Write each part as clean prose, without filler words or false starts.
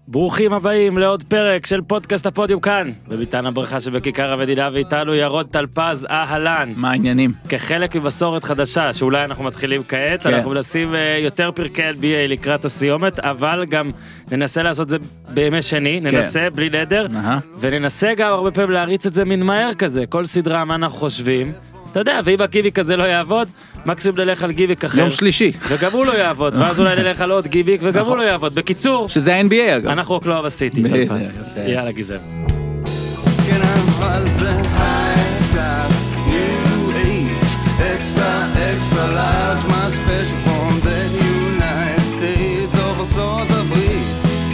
ברוכים הבאים לעוד פרק של פודקאסט הפודיום כאן, בביתן הברכה שבכיכר המדינה, ואיתנו ירוד טלפז, אהלן. מה העניינים? כחלק ממסורת חדשה, שאולי אנחנו מתחילים כעת, כן. אנחנו מנסים יותר פרקי NBA לקראת הסיומת, אבל גם ננסה לעשות את זה בימי שני, ננסה בלי נדר, וננסה גם הרבה פעמים להריץ את זה מן מהר כזה, כל סדרה מה אנחנו חושבים, אתה יודע, ואם הגיביק הזה לא יעבוד, מקסימום נלך על גיביק אחר. יום שלישי. וגם הוא לא יעבוד, ואז אולי נלך על עוד גיביק, וגם הוא לא יעבוד. בקיצור, שזה ה-NBA אגב. אנחנו אוקלאובה הסיטי. יאללה גזם. כן, אבל זה high class, new age, extra large, my special from the United States of ארצות הברית.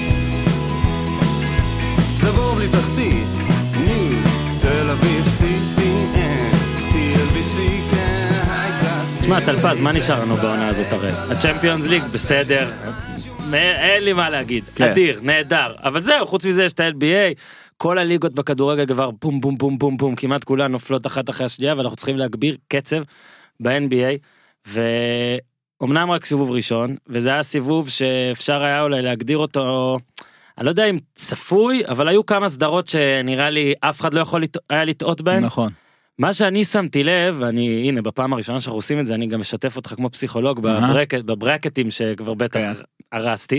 זה בור בלי תחתית, new, תל אביב, CPN, TLBC, כן, high class. תשמע, טלפז, מה נשאר לנו בעונה הזאת הרי? הצ'מפיונס ליג בסדר, אין לי מה להגיד, אדיר, נהדר, אבל זהו, חוץ מזה יש את ה-NBA, כל הליגות בכדורגל כבר פום פום פום פום פום, כמעט כולן נופלות אחת אחרי השנייה, ואנחנו צריכים להגביר קצב ב-NBA, ואומנם רק סיבוב ראשון, וזה היה סיבוב שאפשר היה אולי להגדיר אותו, אני לא יודע אם צפוי, אבל היו כמה סדרות שנראה לי אף אחד לא יכול היה לטעות בהן. נכון. מה שאני שמתי לב, הנה בפעם הראשונה שאנחנו עושים את זה, אני גם משתף אותך כמו פסיכולוג בברקטים שכבר בטח הרסתי.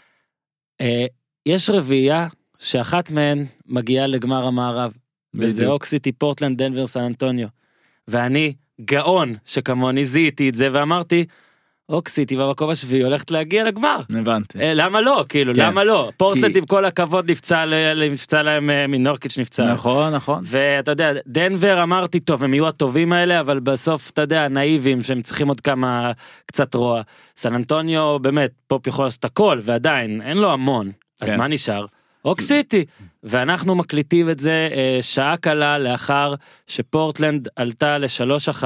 יש רביעייה שאחת מהן מגיעה לגמר המערב, וזה אוקסיטי, פורטלנד, דנבר, סן אנטוניו. ואני גאון שכמוני זיהיתי את זה ואמרתי, אוקסיטי במקום השביעי הולכת להגיע לגמר. הבנתי. למה לא? כאילו, למה לא? פורטלנד עם כל הכבוד נפצע להם מנורקיץ' נפצע. נכון, נכון. ואתה יודע, דנבר אמרתי, טוב, הם יהיו הטובים האלה, אבל בסוף, אתה יודע, נאיבים, שהם צריכים עוד כמה, קצת רוע. סן אנטוניו, באמת, פופ יכול לעשות הכל, ועדיין, אין לו המון. אז מה נשאר? אוקסיטי. ואנחנו מקליטים את זה שעה קלה לאחר שפורטלנד עלתה ל3-1,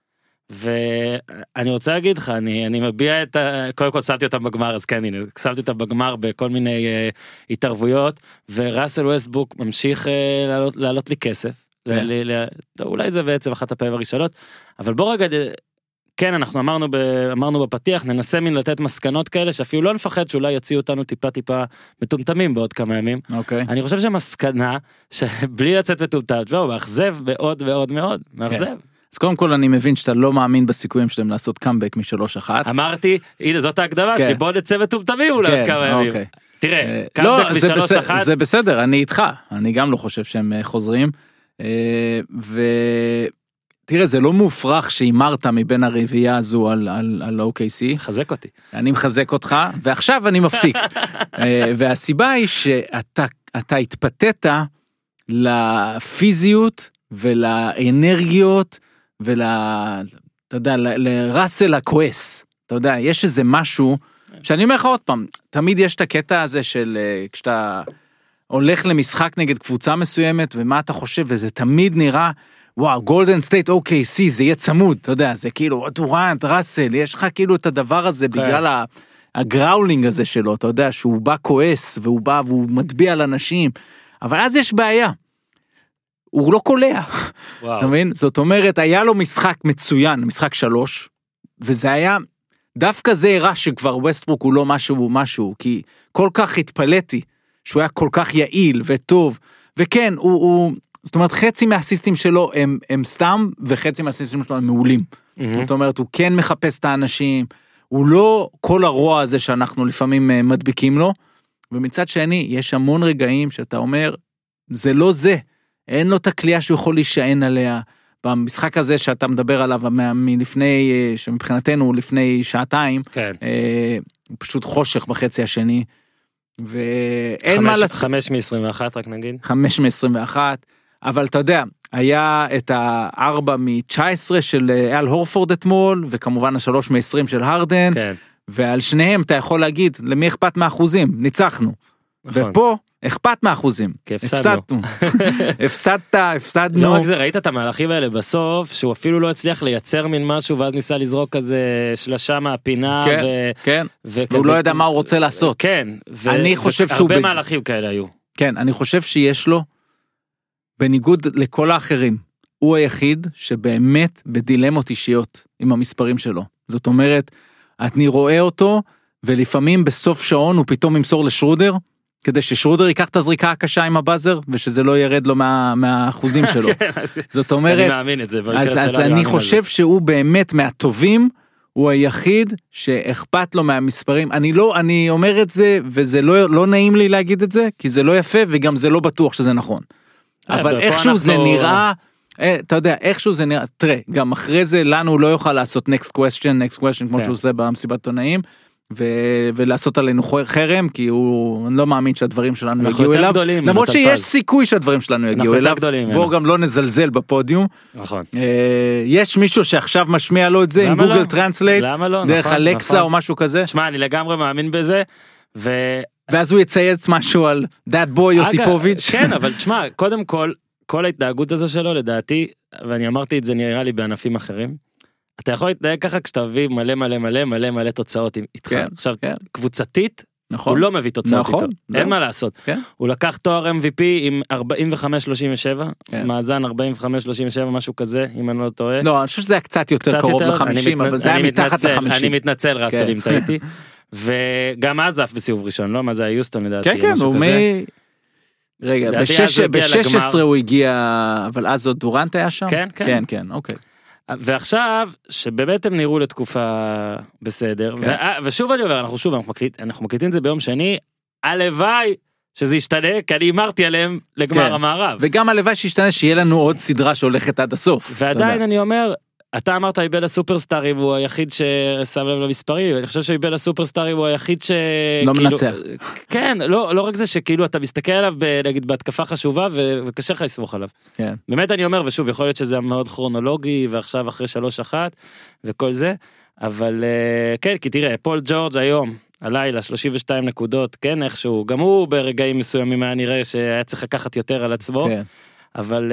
ואני רוצה להגיד לך, אני מביע את קודם כל שמתי אותם בגמר, אז כן, הנה, שמתי אותם בגמר בכל מיני התערבויות, וראסל ווסטברוק ממשיך לעלות לי כסף, אולי זה בעצם אחת הפעמים הראשונות, אבל בוא רגע, כן, אנחנו אמרנו בפתיח, ננסה מן לתת מסקנות כאלה, שאפילו לא נפחד שאולי יוציאו אותנו טיפה מטומטמים בעוד כמה ימים. אני חושב שהמסקנה, שבלי לצאת מטומטם, מאכזב מאוד, מאכזב. אז קודם כל אני מבין שאתה לא מאמין בסיכויים שלהם לעשות קאמבק מ3-1. אמרתי, הנה זאת ההקדמה שלי, בוא נצא מטומטמים אולי עוד כמה ימים. תראה, קאמבק מ3-1. זה בסדר, אני איתך, אני גם לא חושב שהם חוזרים, תראה, זה לא מופרך שהימרת מבין הרביעייה הזו על OKC. חזק אותי. אני מחזק אותך, ועכשיו אני מפסיק. והסיבה היא שאתה התפתית לפיזיות ולאנרגיות אתה יודע, לראסל הכועס. אתה יודע, יש איזה משהו, שאני אומר לך עוד פעם, תמיד יש את הקטע הזה של כשאתה הולך למשחק נגד קבוצה מסוימת, ומה אתה חושב, וזה תמיד נראה, וואו, גולדן סטייט OKC, זה יהיה צמוד, אתה יודע, זה כאילו, דורנט, ראסל, יש לך כאילו את הדבר הזה, בגלל הגראולינג הזה שלו, אתה יודע, שהוא בא כועס, והוא בא והוא מטביע על אנשים, אבל אז יש בעיה, הוא לא קולע, אתה מבין? זאת אומרת, היה לו משחק מצוין, משחק 3, וזה היה, דווקא זה הראה שכבר ווסטברוק הוא לא משהו, כי כל כך התפלאתי, שהוא היה כל כך יעיל וטוב, וכן, זאת אומרת, חצי מהסיסטים שלו הם סתם, וחצי מהסיסטים שלו הם מעולים. זאת אומרת, הוא כן מחפש את האנשים, הוא לא כל הרוע הזה שאנחנו לפעמים מדביקים לו, ומצד שני, יש המון רגעים שאתה אומר, זה לא זה, אין לו את הקליעה שהוא יכול להישען עליה, במשחק הזה שאתה מדבר עליו, מלפני, שמבחינתנו לפני שעתיים, הוא פשוט חושך בחצי השני, ואין מה לעשות. 5 מ-21 רק נגיד. 5 מ-21, אבל אתה יודע, היה את ה4 מ-19 של אל הורפורד אתמול, וכמובן ה3 מ-20 של הרדן, ועל שניהם אתה יכול להגיד, למי אכפת מהאחוזים? ניצחנו. ופה, אכפת מהאחוזים. הפסדנו. הפסדנו. לא רק זה, ראית את המהלכים האלה בסוף, שהוא אפילו לא הצליח לייצר מן משהו, ואז ניסה לזרוק כזה שלשה מהפינה. כן, והוא לא ידע מה הוא רוצה לעשות. כן, והרבה מהלכים כאלה היו. כן, אני חושב שיש לו, בניגוד לכל האחרים, הוא היחיד שבאמת בדילמות אישיות עם המספרים שלו. זאת אומרת, אני רואה אותו, ולפעמים בסוף שעון הוא פתאום ימסור לשרודר, כדי ששרודר ייקח את הזריקה הקשה עם הבאזר, ושזה לא ירד לו מהאחוזים שלו. זאת אומרת, אני מאמין את זה. אז אני חושב שהוא באמת מהטובים, הוא היחיד שאכפת לו מהמספרים. אני אומר את זה, וזה לא נעים לי להגיד את זה, כי זה לא יפה, וגם זה לא בטוח שזה נכון. אבל איכשהו זה נראה, אתה יודע, איכשהו זה נראה, תראה, גם אחרי זה לנו לא יוכל לעשות next question, כמו שהוא עושה במסיבת עיתונאים, ולעשות עלינו חרם, כי אני לא מאמין שהדברים שלנו יגיעו אליו, למרות שיש סיכוי שהדברים שלנו יגיעו אליו, בואו גם לא נזלזל בפודיום. נכון. יש מישהו שעכשיו משמיע לו את זה עם גוגל טרנסלייט, דרך אלקסה או משהו כזה. שמע, אני לגמרי מאמין בזה, ואז הוא יצייץ משהו על that boy יוסיפוביץ'. כן, אבל תשמע, קודם כל ההתנהגות הזו שלו, לדעתי, ואני אמרתי את זה נראה לי בענפים אחרים, אתה יכול להתנהג ככה כשאתה מביא מלא תוצאות איתך. עכשיו, קבוצתית, הוא לא מביא תוצאות איתו. אין מה לעשות. הוא לקח תואר MVP עם 45-37, מאזן 45-37, משהו כזה, אם אני לא טועה. לא, אני חושב שזה היה קצת יותר קרוב ל-50, אבל זה היה מתחת ל-50. אני מתנצל, ראסל, אם טעיתי. וגם אז אף בסיבוב ראשון, לא? מה זה היה יוסטון לדעתי? כן, הוא רגע, ב-16 הוא הגיע, אבל אז עוד דורנט היה שם? כן, אוקיי. ועכשיו, שבאמת הם נראו לתקופה בסדר, ושוב אני אומר, אנחנו מקליטים את זה ביום שני, הלוואי שזה ישתנה, כי אני אמרתי עליהם לגמר המערב. וגם הלוואי שישתנה, שיהיה לנו עוד סדרה שהולכת עד הסוף. ועדיין אני אומר, אתה אמרת איבד הסופרסטארים הוא היחיד ששם לב למספרים, אני חושב שאיבד הסופרסטארים הוא היחיד ש... לא מנצח. כן, לא רק זה שכאילו אתה מסתכל עליו נגיד בהתקפה חשובה וקשה לך לסמוך עליו. כן. באמת אני אומר, ושוב יכול להיות שזה מאוד כרונולוגי ועכשיו אחרי 3-1 וכל זה, אבל כן, כי תראה, פול ג'ורג' היום, הלילה 32 נקודות, כן איכשהו, גם הוא ברגעים מסוימים היה נראה שהיה צריך לקחת יותר על עצמו. כן. אבל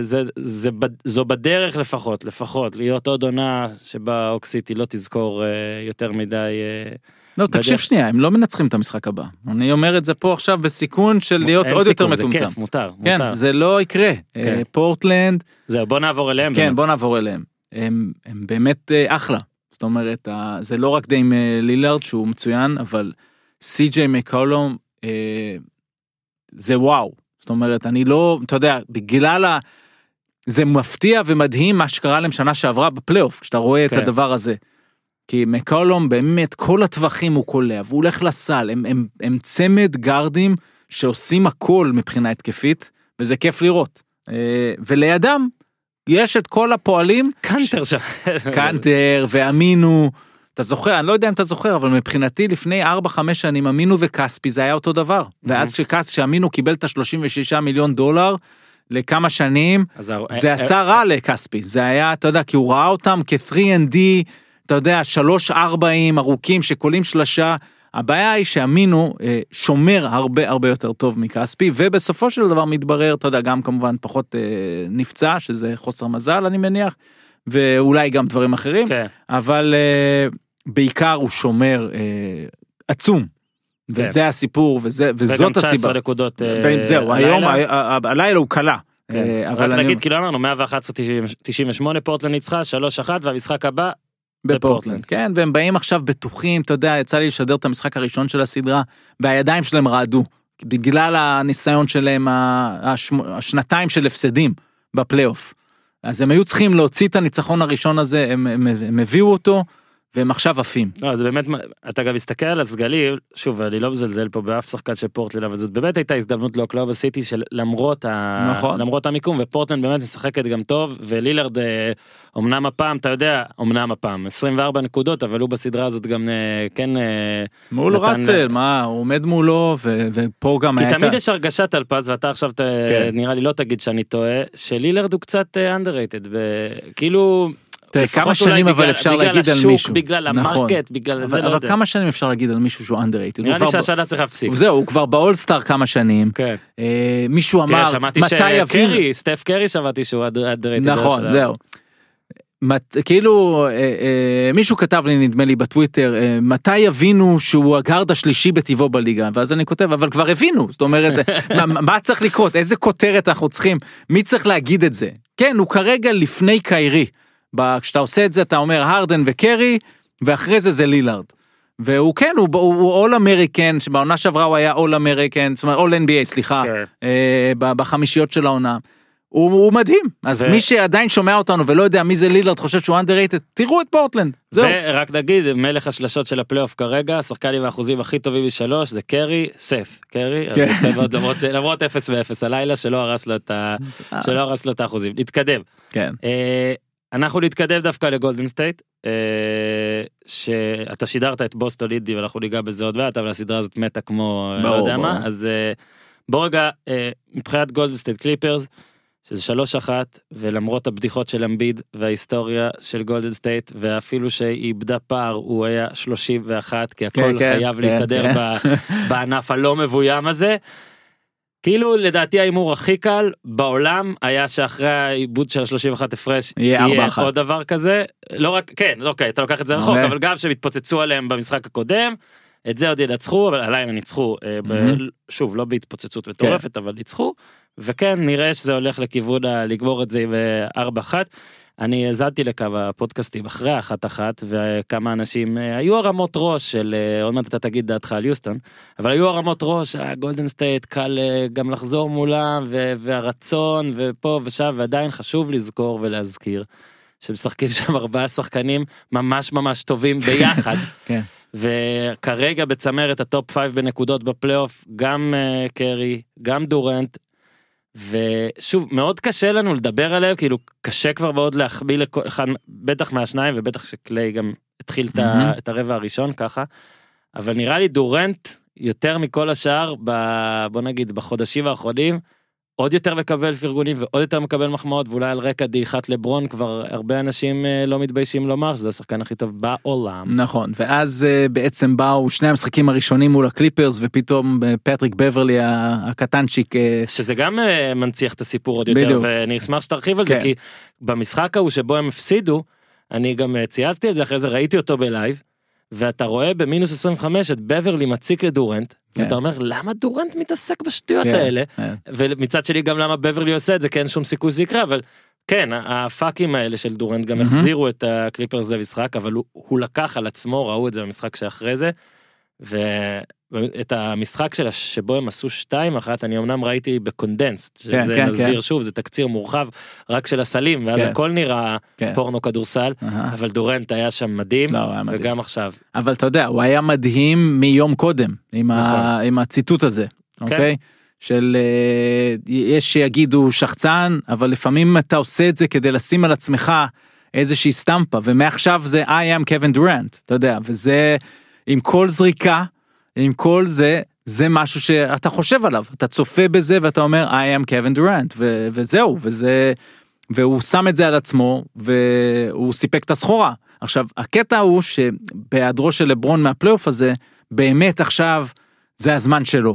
זו בדרך לפחות להיות עוד עונה שבה אוקסיטי לא תזכור יותר מדי. לא, תקשיב שנייה, הם לא מנצחים את המשחק הבא. אני אומר את זה פה עכשיו בסיכון של להיות עוד יותר מטומטם. זה כיף, מותר. כן, זה לא יקרה. פורטלנד. זהו, בוא נעבור אליהם. כן, בוא נעבור אליהם. הם באמת אחלה. זאת אומרת, זה לא רק די עם לילארד שהוא מצוין, אבל סי.ג'יי מקולום זה וואו. זאת אומרת, אני לא, אתה יודע, בגלל זה מפתיע ומדהים מה שקרה להם שנה שעברה בפלייאוף, כשאתה רואה את הדבר הזה. כי מקולום באמת, כל הטווחים הוא קולע, והוא הולך לסל, הם צמד גארדים שעושים הכל מבחינה התקפית, וזה כיף לראות. ולידם, יש את כל הפועלים. קנטר ואמינו, אתה זוכר, אני לא יודע אם אתה זוכר, אבל מבחינתי לפני 4-5 שנים, אמינו וקספי זה היה אותו דבר. ואז כשאמינו קיבל את $36 מיליון לכמה שנים, זה עשה רע לקספי. זה היה, אתה יודע, כי הוא ראה אותם כ-3&D, אתה יודע, 3-4 ארוכים שקולים שלשה. הבעיה היא שאמינו שומר הרבה יותר טוב מקספי, ובסופו של דבר מתברר, אתה יודע, גם כמובן פחות נפצע, שזה חוסר מזל, אני מניח, ואולי גם דברים אחרים, אבל בעיקר הוא שומר עצום, וזה הסיפור, וזאת הסיבה. וגם 19 נקודות. זהו, היום, הלילה הוא קלה. רק נגיד, כאילו אמרנו, 111-98 פורטלנד ניצחה, 3-1, והמשחק הבא בפורטלנד. כן, והם באים עכשיו בטוחים, אתה יודע, יצא לי לשדר את המשחק הראשון של הסדרה, והידיים שלהם רעדו, בגלל הניסיון שלהם, השנתיים של הפסדים בפלייאוף. אז הם היו צריכים להוציא את הניצחון הראשון הזה, הם הביאו אותו, והם עכשיו עפים. לא, זה באמת, אתה גם מסתכל על הסגלי, שוב, אני לא מזלזל פה באף שחקן של פורטלנד, אבל זאת באמת הייתה הזדמנות לאוקלהומה סיטי, למרות המיקום, ופורטלנד באמת משחקת גם טוב, ולילארד, אמנם הפעם, אתה יודע, 24 נקודות, אבל הוא בסדרה הזאת גם, כן... מול ראסל, מה, הוא עומד מולו, ופה גם כי תמיד יש הרגשת אלפז, ואתה עכשיו, נראה לי לא תגיד שאני טועה, שלילארד הוא קצת underrated, וכאילו... כמה שנים אבל אפשר להגיד על מישהו. בגלל המרקט, בגלל זה לא יודע. אבל כמה שנים אפשר להגיד על מישהו שהוא underrated? נראה לי שהשנה צריך להפסיק. זהו, הוא כבר באולסטאר כמה שנים. מישהו אמר, מתי יבינו? סטף קרי שמעתי שהוא underrated. נכון, זהו. כאילו, מישהו כתב לי, נדמה לי בטוויטר, מתי יבינו שהוא הגארד השלישי בטבעו בליגה? ואז אני כותב, אבל כבר הבינו. זאת אומרת, מה צריך לקרות? איזה כותרת אנחנו צריכים? מי צריך להגיד את זה? כן, הוא כרגע לפני קיירי. כשאתה עושה את זה, אתה אומר הרדן וקרי, ואחרי זה לילארד. והוא כן, הוא אול אמריקן, שבעונה שעברה הוא היה אול אמריקן, זאת אומרת, אול NBA, סליחה, בחמישיות של העונה. הוא מדהים, אז מי שעדיין שומע אותנו ולא יודע מי זה לילארד, חושב שהוא underrated, תראו את פורטלנד, זהו. ורק נגיד, מלך השלשות של הפלייאוף כרגע, השחקן עם האחוזים הכי טובים ב3, זה קרי, סף, קרי, למרות 0-0 הלילה, שלא הרס לו את האחוזים. נתקדם. כן. אנחנו נתקדם דווקא לגולדן סטייט, שאתה שידרת את בוסטון לידי, ואנחנו ניגע בזה עוד מעט, אבל הסדרה הזאת מתה כמו, לא יודע מה, אז בוא רגע, מבחינת גולדן סטייט קליפרס, שזה 3-1, ולמרות הבדיחות של אמביד, וההיסטוריה של גולדן סטייט, ואפילו שהיא איבדה פער, הוא היה 31, כי הכל חייב להסתדר בענף הלא מבוים הזה, כאילו לדעתי האימור הכי קל בעולם היה שאחרי העיבוד של 31 הפרש יהיה עוד דבר כזה, לא רק, כן, אוקיי, אתה לוקח את זה רחוק, אבל גם שמתפוצצו עליהם במשחק הקודם, את זה עוד ינצחו, אבל עליהם ניצחו, שוב, לא בהתפוצצות מטורפת, אבל ניצחו, וכן, נראה שזה הולך לכיוון לגמור את זה ב-4-1, אני הזדתי לכמה פודקאסטים אחרי 1-1, וכמה אנשים, היו הרמות ראש של, עוד מעט אתה תגיד דעתך על יוסטון, אבל היו הרמות ראש, גולדן סטייט קל גם לחזור מולם, והרצון, ופה ושם, ועדיין חשוב לזכור ולהזכיר, שמשחקים שם 4 שחקנים ממש ממש טובים ביחד, כן. וכרגע בצמרת הטופ 5 בנקודות בפלייאוף, גם קרי, גם דורנט, ושוב, מאוד קשה לנו לדבר עליהם, כאילו קשה כבר מאוד להחביא אחד, בטח מהשניים, ובטח שקליי גם התחיל את הרבע הראשון ככה, אבל נראה לי דורנט יותר מכל השאר, בוא נגיד, בחודשים האחרונים, עוד יותר מקבל פרגונים, ועוד יותר מקבל מחמאות, ואולי על רקע דעיכת לברון, כבר הרבה אנשים לא מתביישים לומר, שזה השחקן הכי טוב בעולם. נכון, ואז בעצם באו שני המשחקים הראשונים מול הקליפרס, ופתאום פטריק בברלי הקטנצ'יק. שזה גם מנציח את הסיפור עוד יותר, בדיוק. ואני אשמח שתרחיב על זה, כי במשחק ההוא שבו הם הפסידו, אני גם צייצתי את זה, אחרי זה ראיתי אותו בלייב, ואתה רואה במינוס 25 את בברלי מציק לדורנט, ואתה אומר, למה דורנט מתעסק בשטויות האלה? ומצד שלי גם למה בברלי עושה את זה, כי אין שום סיכוי זה יקרה, אבל כן, הפאקים האלה של דורנט גם החזירו את הקליפרס זה משחק, אבל הוא לקח על עצמו, ראו את זה במשחק שאחרי זה, ואת המשחק שבו הם עשו 2-1, אני אמנם ראיתי בקונדנסט, שזה נסביר שוב, זה תקציר מורחב רק של הסלים, ואז הכל נראה פורנו כדורסל, אבל דורנט היה שם מדהים, וגם עכשיו. אבל אתה יודע, הוא היה מדהים מיום קודם, עם הציטוט הזה, אוקיי? של, יש שיגידו שחצן, אבל לפעמים אתה עושה את זה כדי לשים על עצמך איזושהי סטמפה, ומעכשיו זה I am Kevin Durant, אתה יודע, וזה עם כל זריקה, עם כל זה, זה משהו שאתה חושב עליו, אתה צופה בזה ואתה אומר, I am Kevin Durant, וזהו, והוא שם את זה על עצמו, והוא סיפק את הסחורה. עכשיו, הקטע הוא שבהיעדרו של לברון מהפלייאוף הזה, באמת עכשיו זה הזמן שלו.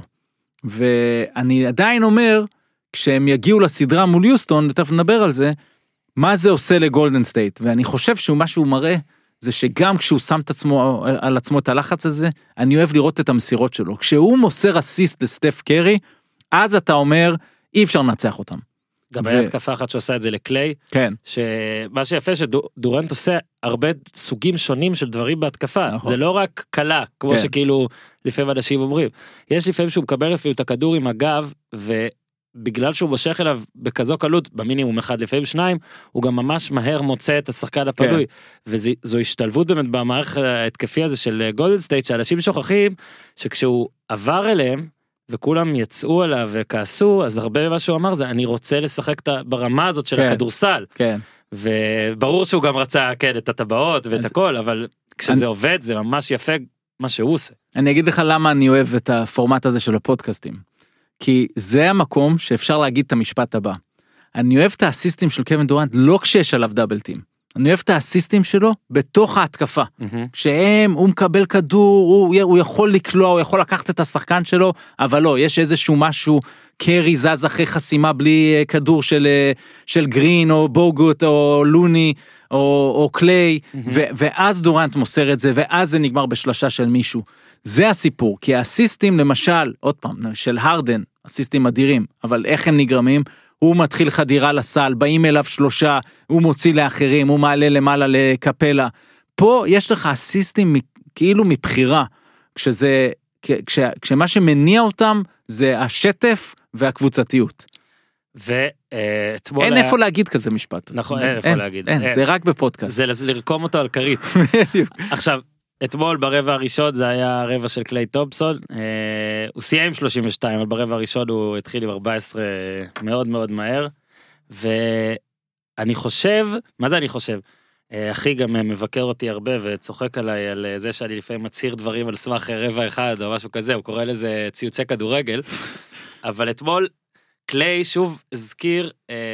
ואני עדיין אומר, כשהם יגיעו לסדרה מול יוסטון, ותכף נדבר על זה, מה זה עושה לגולדן סטייט, ואני חושב שמה שהוא מראה, זה שגם כשהוא שם את עצמו, על עצמו את הלחץ הזה, אני אוהב לראות את המסירות שלו. כשהוא מוסר אסיסט לסטף קרי, אז אתה אומר, אי אפשר לנצח אותם. גם היה התקפה אחת שעושה את זה לקליי, כן. שמה שיפה שדורנט עושה הרבה סוגים שונים של דברים בהתקפה, נכון. זה לא רק קלה, כמו כן. שכאילו לפעמים אנשים אומרים, יש לפעמים שהוא מקבל אפילו את הכדור עם הגב, ובגלל שהוא מושך אליו בכזו קלות, במינימום 1 לפעמים 2, הוא גם ממש מהר מוצא את השחקן הפנוי, כן. וזו השתלבות באמת במערך ההתקפי הזה של גולדן סטייט, שאנשים שוכחים שכשהוא עבר אליהם, וכולם יצאו עליו וכעסו, אז הרבה מה שהוא אמר זה, אני רוצה לשחק ברמה הזאת של הכדורסל. כן. וברור שהוא גם רצה, כן, את הטבעות ואת הכל, אבל כשזה עובד, זה ממש יפה מה שהוא עושה. אני אגיד לך למה אני אוהב את הפורמט הזה של הפודקאסטים. כי זה המקום שאפשר להגיד את המשפט הבא. אני אוהב את האסיסטים של קווין דורנט, לא כשיש עליו דאבל טים. אני אוהב את האסיסטים שלו בתוך ההתקפה. הוא מקבל כדור, הוא יכול לקלוע, הוא יכול לקחת את השחקן שלו, אבל לא, יש איזשהו משהו, קרי זז אחרי חסימה בלי כדור של גרין, או בוגוט, או לוני, או קליי, ואז דורנט מוסר את זה, ואז זה נגמר בשלשה של מישהו. זה הסיפור, כי האסיסטים למשל, עוד פעם, של הרדן, אסיסטים אדירים, אבל איך הם נגרמים? הוא מתחיל חדירה לסל, באים אליו 3, הוא מוציא לאחרים, הוא מעלה למעלה לקפלה. פה יש לך אסיסטים כאילו מבחירה, כשמה שמניע אותם זה השטף והקבוצתיות. ואתמול אין איפה להגיד כזה משפט. נכון, אין איפה להגיד. אין, זה רק בפודקאסט. זה לרקום אותו על כרית. עכשיו, אתמול ברבע הראשון זה היה הרבע של קליי תומפסון, הוא סיים 32, אבל ברבע הראשון הוא התחיל עם 14 מאוד מאוד מהר, ואני חושב, מה זה אני חושב? אחי גם מבקר אותי הרבה וצוחק עליי על זה שאני לפעמים מצהיר דברים על סמך רבע אחד או משהו כזה, הוא קורא לזה ציוצי כדורגל, אבל אתמול קליי שוב הזכיר,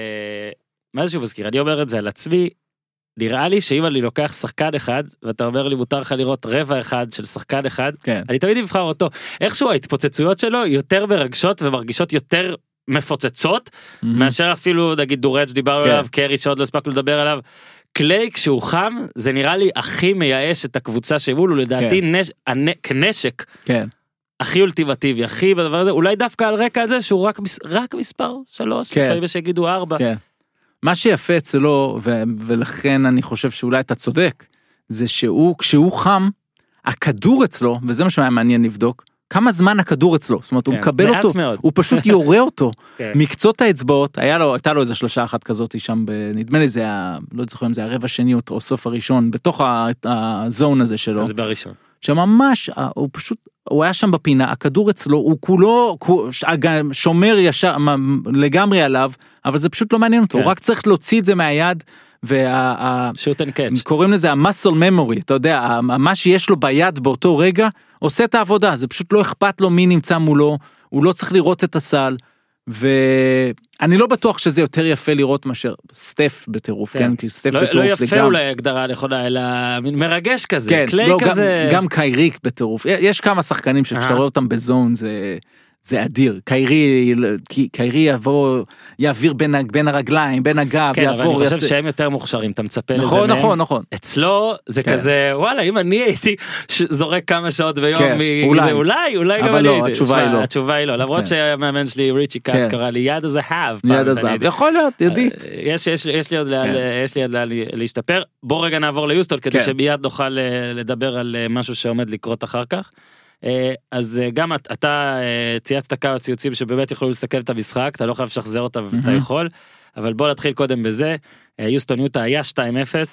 מה זה שוב הזכיר? אני אומר את זה על עצמי, נראה לי שאם אני לוקח שחקן אחד, ואתה אומר לי מותר לך לראות רבע אחד של שחקן אחד, כן. אני תמיד אבחר אותו. איכשהו ההתפוצצויות שלו יותר מרגשות ומרגישות יותר מפוצצות, מאשר אפילו נגיד דורץ' דיברנו עליו, קרי שעוד לא הספקנו לדבר עליו, קליי כשהוא חם, זה נראה לי הכי מייאש את הקבוצה שבולו, לדעתי כנשק, הכי אולטימטיבי, הכי בדבר הזה, אולי דווקא על רקע הזה שהוא רק מספר 3, לפעמים שיגידו 4. מה שיפה אצלו, ולכן אני חושב שאולי אתה צודק, זה כשהוא חם, הכדור אצלו, וזה מה שהיה מעניין לבדוק, כמה זמן הכדור אצלו, זאת אומרת, הוא מקבל אותו, הוא פשוט יורה אותו, מקצות האצבעות, הייתה לו איזה שלושה אחת כזאת שם, נדמה לי זה, לא זוכר אם זה הרבע שני או סוף הראשון, בתוך הזון הזה שלו. זה בראשון. שממש, הוא פשוט, הוא היה שם בפינה, הכדור אצלו, הוא כולו שומר ישר, לגמרי עליו, אבל זה פשוט לא מעניין אותו, הוא רק צריך להוציא את זה מהיד, שוט אנד קאץ'. קוראים לזה המסל ממורי, אתה יודע, מה שיש לו ביד באותו רגע, עושה את העבודה, זה פשוט לא אכפת לו מי נמצא מולו, הוא לא צריך לראות את הסל, ואני לא בטוח שזה יותר יפה לראות מאשר סטף בטירוף, כן? כי סטף בטירוף לא יפה אולי הגדרה נכונה, אלא מרגש כזה, קליי כזה. גם קיירי בטירוף, יש כמה שחקנים שכשאתה רואה אותם בזון, זה אדיר, קיירי יעביר בין הרגליים, בין הגב, כן, אבל אני חושב שהם יותר מוכשרים, אתה מצפה לזה מהם. נכון. אצלו זה כזה, וואלה, אם אני הייתי זורק כמה שעות ביום, אולי גם אני הייתי. התשובה היא לא, למרות שהמאמן שלי, ריצ'י קאץ, קרא לי, יד הזה have. יד הזה, יכול להיות, ידית. יש לי עוד להשתפר. בוא רגע נעבור ליוסטון, כדי שמיד נוכל לדבר על משהו שעומד לקרות אחר כך. אז גם אתה צייצת כמה ציוצים שבאמת יכולו לסכם את המשחק, אתה לא חייב לשחזר אותם ואתה יכול, אבל בוא נתחיל קודם בזה. יוסטון יוטה היה 2-0,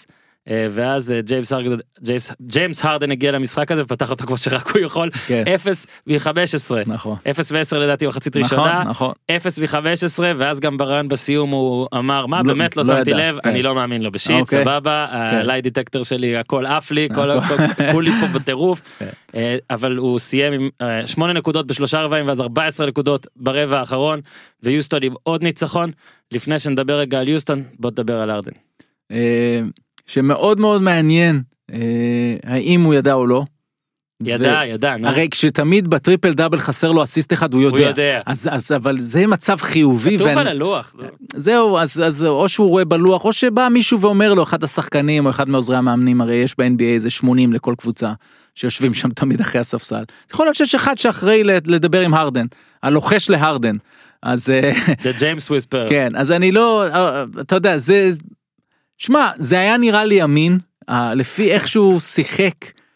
ואז ג'יימס הרדן הגיע למשחק הזה ופתח אותו כמו שרק הוא יכול, 0 מ-15, 0 ו-10 לדעתי מחצית ראשונה, 0 מ-15, ואז גם ברעיון בסיום הוא אמר, מה באמת לא שמתי לב, אני לא מאמין לו בשיט, סבבה, הלייט דטקטור שלי הכל עף לי, כולי פה בטירוף, אבל הוא סיים עם 8 נקודות בשלושה רבעים, ואז 14 נקודות ברבע האחרון, ויוסטון עם עוד ניצחון. לפני שנדבר רגע על יוסטון, בוא נדבר על הרדן. שמאוד מאוד מעניין, האם הוא ידע או לא. ידע. הרי כשתמיד בטריפל דאבל חסר לו אסיסט אחד, הוא יודע. אז אבל זה מצב חיובי. כתוב על הלוח. זהו, אז או שהוא רואה בלוח, או שבא מישהו ואומר לו, אחד השחקנים או אחד מעוזרי המאמנים, הרי יש ב-NBA איזה 80 לכל קבוצה, שיושבים שם תמיד אחרי הספסל. יכול להיות שיש אחד שאחראי לדבר עם הרדן, הלוחש להרדן. אז The James Whisper. כן, אז אני לא, אתה יודע, שמע, זה היה נראה לי אמין, לפי איך שהוא שיחק,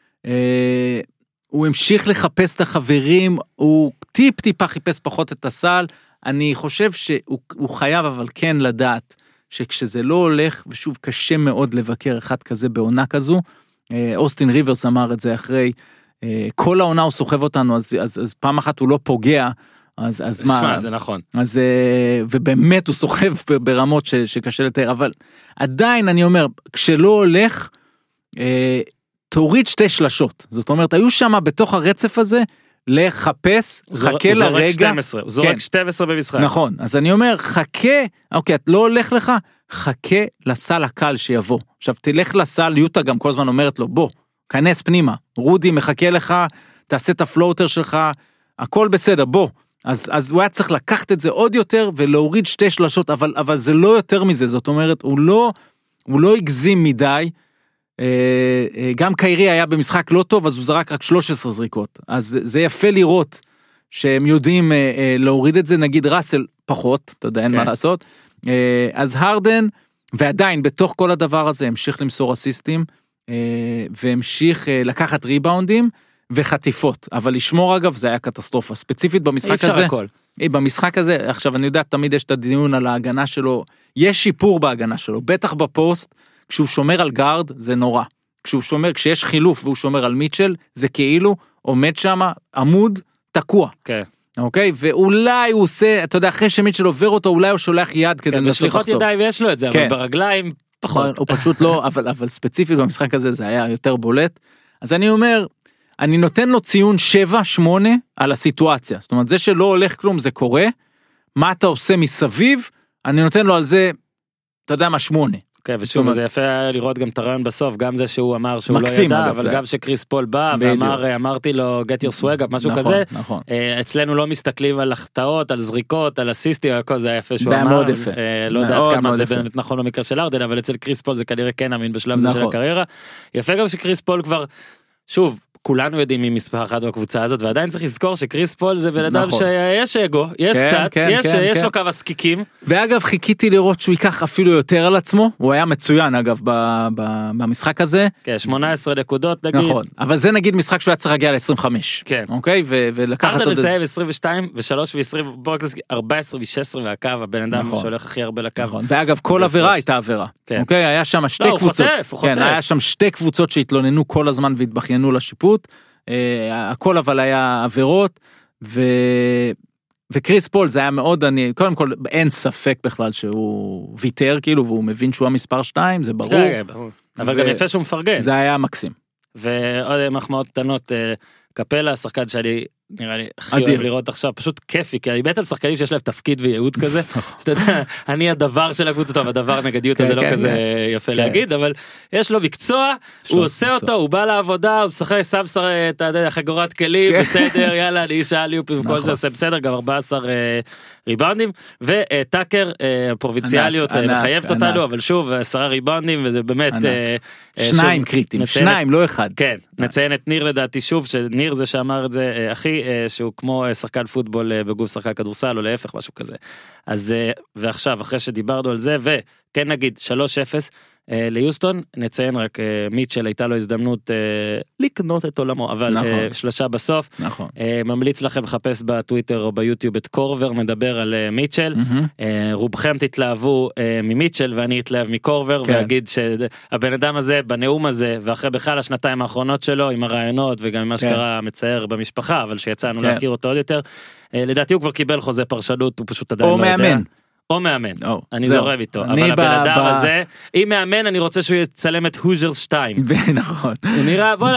הוא המשיך לחפש את החברים, הוא טיפה חיפש פחות את הסל, אני חושב שהוא חייב אבל כן לדעת, שכשזה לא הולך, ושוב קשה מאוד לבקר אחד כזה בעונה כזו, אוסטין ריברס אמר את זה אחרי, כל העונה הוא סוחב אותנו, אז פעם אחת הוא לא פוגע, אז מה, זה נכון. אז, ובאמת הוא סוחב ברמות שקשה לתאר, אבל עדיין אני אומר, כשלא הולך, תוריד 2 שלשות, זאת אומרת, היו שם בתוך הרצף הזה, לחפש, חכה לרגע. הוא זורק 12 במשחק. נכון, אז אני אומר, חכה, אוקיי, את לא הולך לך, חכה לסל הקל שיבוא. עכשיו תלך לסל, יוטה גם כל הזמן אומרת לו, בוא, כנס פנימה, רודי מחכה לך, תעשה את הפלוטר שלך, הכל בסדר, בוא. אז הוא היה צריך לקחת את זה עוד יותר, ולהוריד 2 שלשות, אבל זה לא יותר מזה, זאת אומרת, הוא לא הגזים מדי, גם קיירי היה במשחק לא טוב, אז הוא זרק רק 13 זריקות, אז זה יפה לראות, שהם יודעים להוריד את זה, נגיד ראסל פחות, אתה יודע, אין מה לעשות, אז הרדן, ועדיין בתוך כל הדבר הזה, המשיך למסור אסיסטים, והמשיך לקחת ריבאונדים וחטיפות, אבל לשמור אגב זה היה קטסטרופה, ספציפית במשחק הזה. במשחק הזה, עכשיו אני יודע, תמיד יש את הדיון על ההגנה שלו, יש שיפור בהגנה שלו, בטח בפוסט, כשהוא שומר על גארד זה נורא, כשיש חילוף והוא שומר על מיטשל, זה כאילו עומד שם עמוד תקוע. כן. אוקיי, ואולי הוא עושה, אתה יודע, אחרי שמיטשל עובר אותו, אולי הוא שולח יד כדי לנסות לחתום. בשליחות ידיים יש לו את זה, אבל ברגליים פחות. הוא פשוט לא, אבל ספציפית במשחק הזה זה היה יותר בולט. אז אני אומר, אני נותן לו ציון 7-8 על הסיטואציה. זאת אומרת, זה שלא הולך כלום, זה קורה. מה אתה עושה מסביב? אני נותן לו על זה, אתה יודע מה, 8. כן, ושוב, זה יפה לראות גם את הרעיון בסוף, גם זה שהוא אמר שהוא לא ידע, אבל גם שקריס פול בא, ואמרתי לו, get your swag up, משהו כזה, אצלנו לא מסתכלים על החטאות, על זריקות, על אסיסטים, הכל זה היה יפה שהוא אמר, מאוד יפה. לא יודעת כמה זה באמת נכון במקרה של ארדן, אבל אצל קריס פול זה כנראה כן אמין בשלב הזה של הקריירה, יפה גם שקריס פול כבר, שוב, כולנו יודעים מי מספר אחד בקבוצה הזאת, ועדיין צריך לזכור שקריס פול זה בן אדם שיש אגו, יש קצת, יש לו כמה סקיקים. ואגב, חיכיתי לראות שהוא ייקח אפילו יותר על עצמו, הוא היה מצוין אגב במשחק הזה. כן, 18 נקודות נגיד. נכון, אבל זה נגיד משחק שהוא היה צריך להגיע ל-25. כן. אוקיי, ולקחת עוד איזה. ארדן מסיים 22 ו3 ו20, בוא נגיד 14 ו16 והקו, הבן אדם שהולך הכי הרבה לקו. ואגב, כל עבירה הייתה עבירה. אוקיי, היה שם שתי קבוצות. כן, היה שם שתי קבוצות שהתלוננו כל הזמן והתבכיינו לשיפוט. הכל אבל היה עבירות, וקריס פול זה היה מאוד, קודם כל אין ספק בכלל שהוא ויתר כאילו, והוא מבין שהוא המספר 2, זה ברור. אבל גם יפה שהוא מפרגן. זה היה מקסים. ועוד מחמאות קטנות, קפלה, שחקן שאני נראה לי הכי אוהב לראות עכשיו, פשוט כיפי, כי אני מת על שחקנים שיש להם תפקיד וייעוד כזה, שאתה יודע, אני הדבר של הקבוצה, טוב, הדבר נגדיות הזה לא כזה יפה להגיד, אבל יש לו מקצוע, הוא עושה אותו, הוא בא לעבודה, הוא משחק סמסר, אתה יודע, חגורת כלים, בסדר, יאללה, אני אישה ליופ, וכל זה עושה בסדר, גם 14 ריבאונדים, וטאקר, פרובינציאליות, מחייבת אותנו, אבל שוב, 10 ריבאונדים, וזה באמת... 2 קריטים, 2, לא 1. כן, נציין את ניר לדעתי שוב, שניר זה שאמר את זה, אחי, שהוא כמו שחקן פוטבול בגוף שחקן כדורסל, או להפך, משהו כזה. אז, ועכשיו, אחרי שדיברנו על זה, וכן נגיד 3-0, ליוסטון, נציין רק, מיטשל הייתה לו הזדמנות לקנות את עולמו, אבל 3 בסוף, ממליץ לכם לחפש בטוויטר או ביוטיוב את קורבר, מדבר על מיטשל, רובכם תתלהבו ממיטשל, ואני אתלהב מקורבר, ואגיד שהבן אדם הזה, בנאום הזה, ואחרי בכלל השנתיים האחרונות שלו, עם הרעיונות, וגם מה שקרה מצער במשפחה, אבל שיצאנו להכיר אותו עוד יותר, לדעתי הוא כבר קיבל חוזה פרשנות, הוא פשוט עדיין לא יודע. או מאמן, אני זורם איתו, אבל הבן אדם הזה, אם מאמן אני רוצה שהוא יצלם את הוז'רס 2. נכון. הוא נראה, בוא,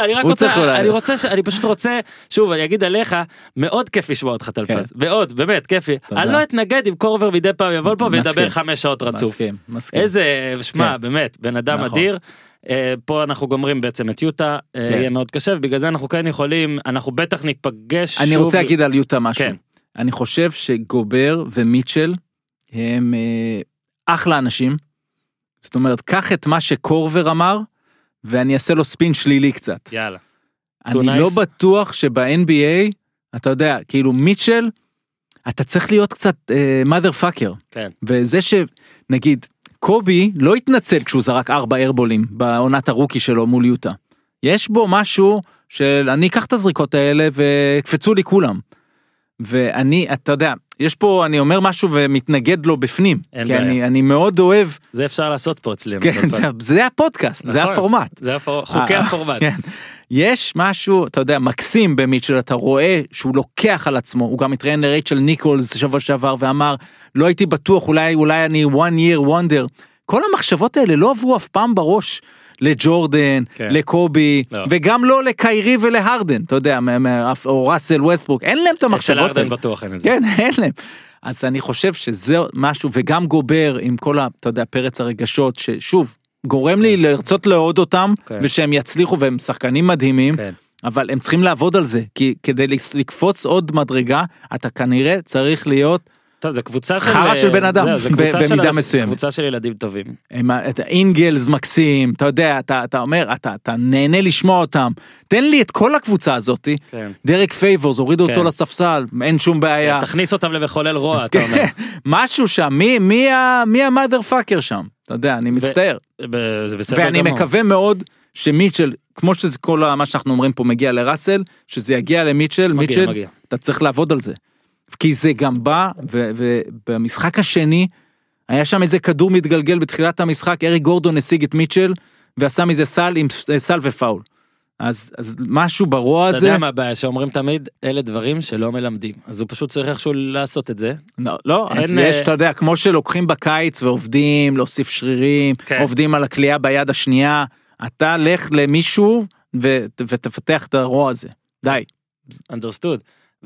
אני פשוט רוצה, שוב, אני אגיד עליך, מאוד כיף לשמוע אותך טלפז, מאוד, באמת, כיפי. אני לא אתנגד אם קורבר מדי פעם יבוא לפה וידבר 5 שעות רצוף. מסכים. איזה, שמע, באמת, בן אדם אדיר. פה אנחנו גומרים בעצם את יוטה, יהיה מאוד קשה, ובגלל זה אנחנו כן יכולים, אנחנו בטח ניפגש שוב. אני רוצה להגיד על יוטה משהו. אני חושב שגובר ומיטשל, הם אחלה אנשים, זאת אומרת, קח את מה שקורבר אמר, ואני אעשה לו ספין שלילי קצת. יאללה. אני לא בטוח שב-NBA, אתה יודע, כאילו מיטשל, אתה צריך להיות קצת mother fucker. כן. וזה שנגיד, קובי לא התנצל כשהוא זרק 4 ארבולים, בעונת הרוקי שלו מול יוטה. יש בו משהו של, אני אקח את הזריקות האלה, וקפצו לי כולם. ואני, אתה יודע, יש פה, אני אומר משהו ומתנגד לו בפנים, כי אני מאוד אוהב. זה אפשר לעשות פה אצלנו. כן, זה הפודקאסט, זה הפורמט. חוקי הפורמט. יש משהו, אתה יודע, מקסים במיטשל, אתה רואה שהוא לוקח על עצמו, הוא גם התראיין לרייצ'ל ניקולס שבוע שעבר ואמר, לא הייתי בטוח, אולי אני one year wonder. כל המחשבות האלה לא עברו אף פעם בראש. לג'ורדן, לקובי, וגם לא לקיירי ולהרדן, אתה יודע, או ראסל ווסטברוק, אין להם את המחשבות האלה. אצל הרדן בטוח אין את זה. כן, אין להם. אז אני חושב שזה משהו, וגם גובר עם כל, אתה יודע, פרץ הרגשות, ששוב, גורם לי לרצות לעוד אותם, ושהם יצליחו, והם שחקנים מדהימים, אבל הם צריכים לעבוד על זה, כי כדי לקפוץ עוד מדרגה, אתה כנראה צריך להיות טוב, זה קבוצה חרה של בן אדם, במידה מסוימת. קבוצה של ילדים טובים. את האינגלס מקסים, אתה יודע, אתה אומר, אתה נהנה לשמוע אותם. תן לי את כל הקבוצה הזאת, דרק פייבורס, הורידו אותו לספסל, אין שום בעיה. תכניס אותם למחולל רוע, אתה אומר. משהו שם, מי המאדר פאקר שם? אתה יודע, אני מצטער. זה בסדר גמור. ואני מקווה מאוד שמיטשל, כמו שזה כל מה שאנחנו אומרים פה מגיע לראסל, שזה יגיע למיטשל, מיטשל, אתה צריך לעבוד על זה. כי זה גם בא, ובמשחק השני, היה שם איזה כדור מתגלגל בתחילת המשחק, אריק גורדון השיג את מיטשל, ועשה מזה סל ופאול. אז משהו ברוע הזה... אתה יודע מה הבעיה, שאומרים תמיד, אלה דברים שלא מלמדים. אז הוא פשוט צריך איכשהו לעשות את זה. לא, אז יש, אתה יודע, כמו שלוקחים בקיץ ועובדים, להוסיף שרירים, עובדים על הקליעה ביד השנייה, אתה לך למישהו ותפתח את הרוע הזה. די. understood.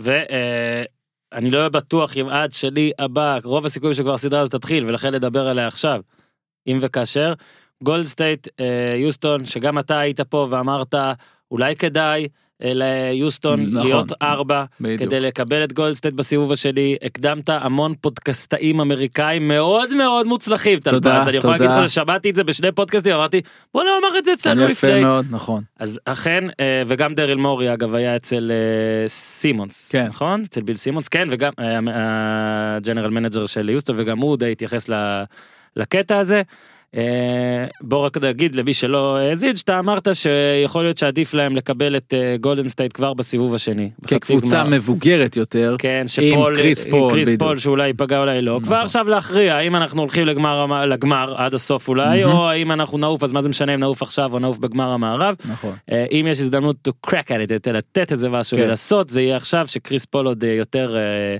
ואני לא בטוח אם עד שלי הבא, רוב הסיכויים שכבר הסדרה הזאת תתחיל, ולכן לדבר עליה עכשיו, אם וכאשר, גולד סטייט, יוסטון, שגם אתה היית פה ואמרת, אולי כדאי ליוסטון נכון, להיות 4, בדיוק. כדי לקבל את גולד סטייט בסיבוב השני, הקדמת המון פודקאסטאים אמריקאים מאוד מאוד מוצלחים, תודה, אז אני יכול להגיד ששמעתי את זה בשני פודקאסטים, אמרתי, בוא נאמר את זה אצלנו לפני. יפה מאוד, נכון. אז אכן, וגם דריל מורי אגב היה אצל סימונס, כן. נכון? אצל ביל סימונס, כן, וגם הג'נרל מנג'ר של יוסטון, וגם הוא די התייחס לקטע הזה. בוא רק נגיד למי שלא הזיד, שאתה אמרת שיכול להיות שעדיף להם לקבל את גולדן סטייט כבר בסיבוב השני. כקבוצה מבוגרת יותר, כן, עם קריס פול שאולי ייפגע אולי לא. כבר עכשיו להכריע, האם אנחנו הולכים לגמר עד הסוף אולי, או האם אנחנו נעוף, אז מה זה משנה אם נעוף עכשיו או נעוף בגמר המערב. אם יש הזדמנות to crack at it, לתת איזה משהו ולעשות, זה יהיה עכשיו שקריס פול עוד יותר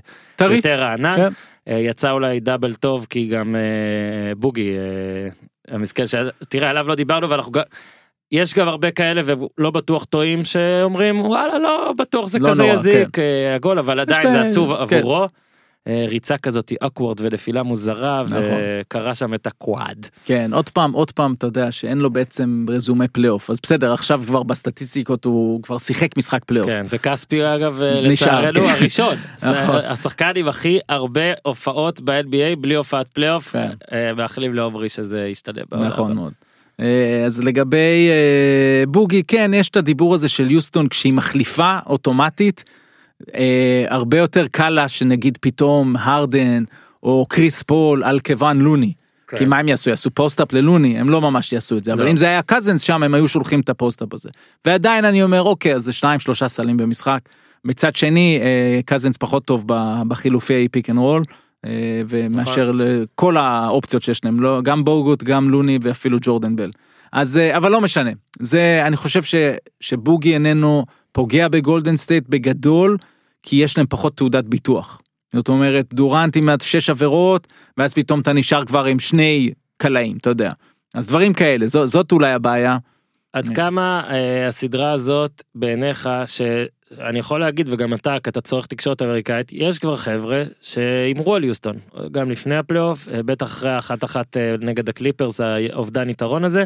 רענן. יצא אולי דאבל טוב, כי גם בוגי, המסכן, תראה, עליו לא דיברנו, ואנחנו גם, יש גם הרבה כאלה, ולא בטוח טועים, שאומרים, וואלה, לא בטוח זה כזה יזיק, הגול, אבל עדיין זה עצוב עבורו, ריצה כזאת היא אקוורד ונפילה מוזרה, וקרה שם את הקוואד. כן, עוד פעם, אתה יודע, שאין לו בעצם רזומי פלייאוף, אז בסדר, עכשיו כבר בסטטיסטיקות הוא כבר שיחק משחק פלייאוף. כן, וקספי אגב, לצערנו הראשון, השחקן עם הכי הרבה הופעות ב-NBA, בלי הופעת פלייאוף, מאחלים לעומרי שזה ישתנה. נכון מאוד. אז לגבי בוגי, כן, יש את הדיבור הזה של יוסטון, כשהיא מחליפה אוטומטית, הרבה יותר קל לה שנגיד פתאום הרדן או קריס פול על כיוון לוני, כי מה הם יעשו? יעשו פוסט-אפ ללוני, הם לא ממש יעשו את זה, אבל אם זה היה קזנס שם, הם היו שולחים את הפוסט-אפ הזה, ועדיין אני אומר, אוקיי, אז זה 2-3 סלים במשחק, מצד שני, קזנס פחות טוב בחילופי פיק אנד רול, ומאשר לכל האופציות שיש להם, גם בוגוט, גם לוני, ואפילו ג'ורדן בל, אז, אבל לא משנה, זה, אני חושב שבוגי איננו פוגע בגולדן סטייט בגדול, כי יש להם פחות תעודת ביטוח. זאת אומרת, דורנט עם 6 עבירות, ואז פתאום אתה נשאר כבר עם 2 קלעים, אתה יודע. אז דברים כאלה, זאת אולי הבעיה. עד כמה הסדרה הזאת בעיניך, שאני יכול להגיד, וגם אתה, כי אתה צורך תקשורת אמריקאית, יש כבר חבר'ה שאמרו על יוסטון, גם לפני הפלייאוף, בטח אחרי 1-1 נגד הקליפרס, האובדן יתרון הזה,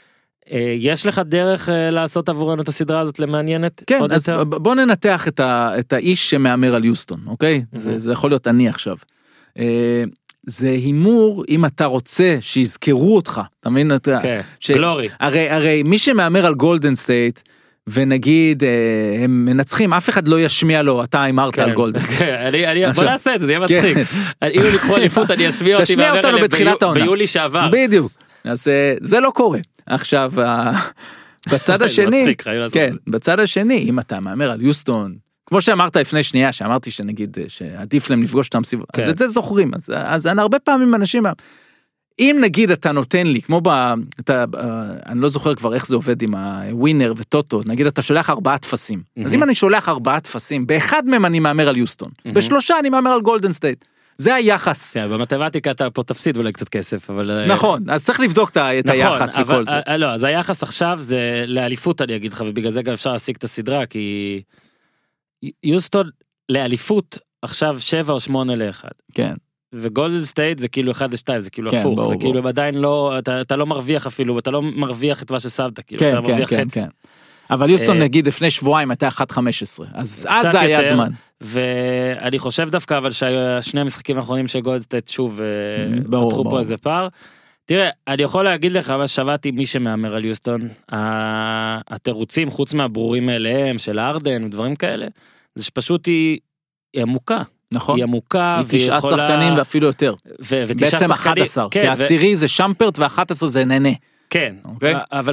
יש לך דרך לעשות עבורנו את הסדרה הזאת למעניינת? כן, אז בוא ננתח את האיש שמאמר על יוסטון, אוקיי? זה יכול להיות אני עכשיו. זה הימור אם אתה רוצה שיזכרו אותך, אתה מבין? גלורי. הרי מי שמאמר על גולדן סטייט, ונגיד הם מנצחים, אף אחד לא ישמיע לו, אתה אמרת על גולדן. בוא נעשה את זה, זה יהיה מצחיק. אם הוא לקחו אליפות, אני אשמיע אותי ביולי שעבר. בדיוק. אז זה לא קורה. עכשיו, בצד השני, כן, בצד השני, אם אתה מאמר על יוסטון, כמו שאמרת לפני שנייה, שאמרתי שנגיד, שעדיף להם לפגוש אותם סיבוב, אז את זה זוכרים, אז אני הרבה פעמים אנשים, אם נגיד אתה נותן לי, כמו אני לא זוכר כבר איך זה עובד עם הווינר וטוטו, נגיד אתה שולח 4 תפסים, אז אם אני שולח 4 תפסים, באחד מהם אני מאמר על יוסטון, ב3 אני מאמר על גולדן סטייט, זה היחס. במתמטיקה אתה פה תפסיד אולי קצת כסף, אבל... נכון, אז צריך לבדוק את היחס וכל זה. לא, אז היחס עכשיו זה לאליפות, אני אגיד לך, ובגלל זה גם אפשר להשיג את הסדרה, כי יוסטון לאליפות עכשיו 7 או 8 ל-1. כן. וגולדן סטייט זה כאילו 1-2, זה כאילו הפוך, זה כאילו עדיין לא, אתה לא מרוויח אפילו, אתה לא מרוויח את מה ששמת, כאילו אתה מרוויח חצי. אבל יוסטון נגיד לפני שבועיים הייתה 1-15, אז זה היה זמן. ואני חושב דווקא אבל ששני המשחקים האחרונים של גולדן סטייט שוב פתחו פה איזה פער. תראה, אני יכול להגיד לך, אבל שמעתי מי שמאמר על יוסטון, התירוצים חוץ מהברורים מאליהם של ארדן ודברים כאלה, זה שפשוט היא עמוקה. נכון. היא עמוקה. היא 9 שחקנים ואפילו יותר. בעצם 11, כי העשירי זה שמפרט ו11 זה נהנה. כן, אבל גם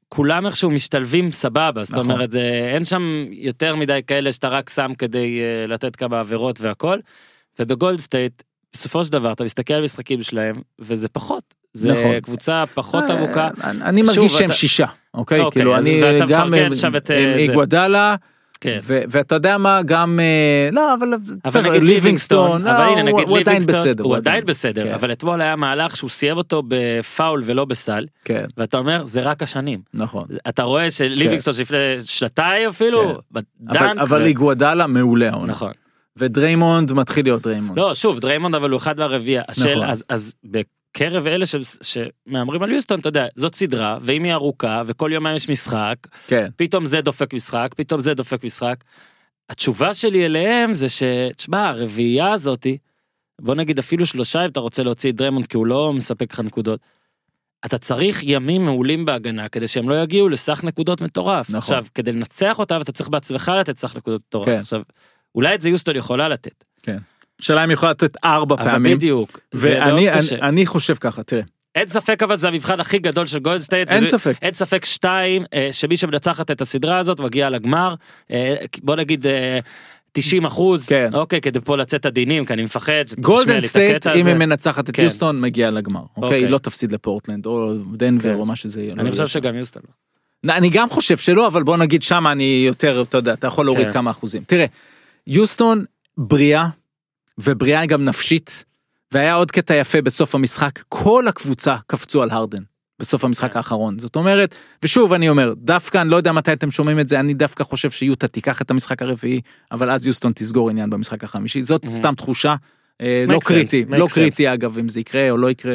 כולם איכשהו משתלבים סבבה, זאת אומרת, אין שם יותר מדי כאלה שאתה רק שם כדי לתת כמה עבירות והכל, ובגולד סטייט, בסופו של דבר, אתה מסתכל על משחקים שלהם, וזה פחות, זה קבוצה פחות עמוקה. אני מרגיש שהם 6, אוקיי? כאילו, אני גם עם איגוודאלה, ואתה יודע מה, גם, לא, אבל ליבינגסטון, הוא עדיין בסדר. הוא עדיין בסדר, אבל אתמול היה מהלך שהוא סייב אותו בפאול ולא בסל, ואתה אומר, זה רק השנים. נכון. אתה רואה שליבינגסטון שלפני שנתיים אפילו, אבל איגוודאלה מעולה. נכון. ודריימונד מתחיל להיות דריימונד. לא, שוב, דריימונד אבל הוא אחד מהרביע. אז בקרב אלה שמאמרים על יוסטון, אתה יודע, זאת סדרה, ואם היא ארוכה, וכל יומיים יש משחק, פתאום זה דופק משחק, פתאום זה דופק משחק. התשובה שלי אליהם זה שתשמע, הרביעייה הזאת, בוא נגיד אפילו 3 אם אתה רוצה להוציא את דריימונד, כי הוא לא מספק לך נקודות. אתה צריך ימים מעולים בהגנה, כדי שהם לא יגיעו לסך נקודות מטורף. עכשיו, כדי לנצח אותה, אתה צריך בעצמך לתת סך נקודות מטורף. עכשיו, אולי את זה יוסטון יכולה לתת. כן. שאלה אם יכולה לתת 4 פעמים. אבל בדיוק. ואני חושב ככה, תראה. אין ספק אבל זה המבחן הכי גדול של גולדן סטייט. אין ספק. אין ספק 2, שמי שמנצחת את הסדרה הזאת מגיע לגמר, בוא נגיד 90%, אוקיי, כדי פה לצאת הדינים, כי אני מפחד. גולדן סטייט, אם היא מנצחת את יוסטון, מגיע לגמר. אוקיי, היא לא תפסיד לפורטלנד, או דנבר, או מה שזה יהיה. אני חושב שגם יוסטון לא. אני גם חושב שלא, אבל בוא נגיד שם אני יותר, אתה יודע, אתה יכול להוריד כמה אחוזים. תראה, יוסטון בריאה, ובריאה גם נפשית, והיה עוד קטע יפה בסוף המשחק, כל הקבוצה קפצו על הרדן, בסוף המשחק האחרון. זאת אומרת, ושוב אני אומר, דווקא, אני לא יודע מתי אתם שומעים את זה, אני דווקא חושב שיוטה תיקח את המשחק הרביעי, אבל אז יוסטון תסגור עניין במשחק החמישי, זאת סתם תחושה, לא קריטי, לא קריטי אגב, אם זה יקרה או לא יקרה,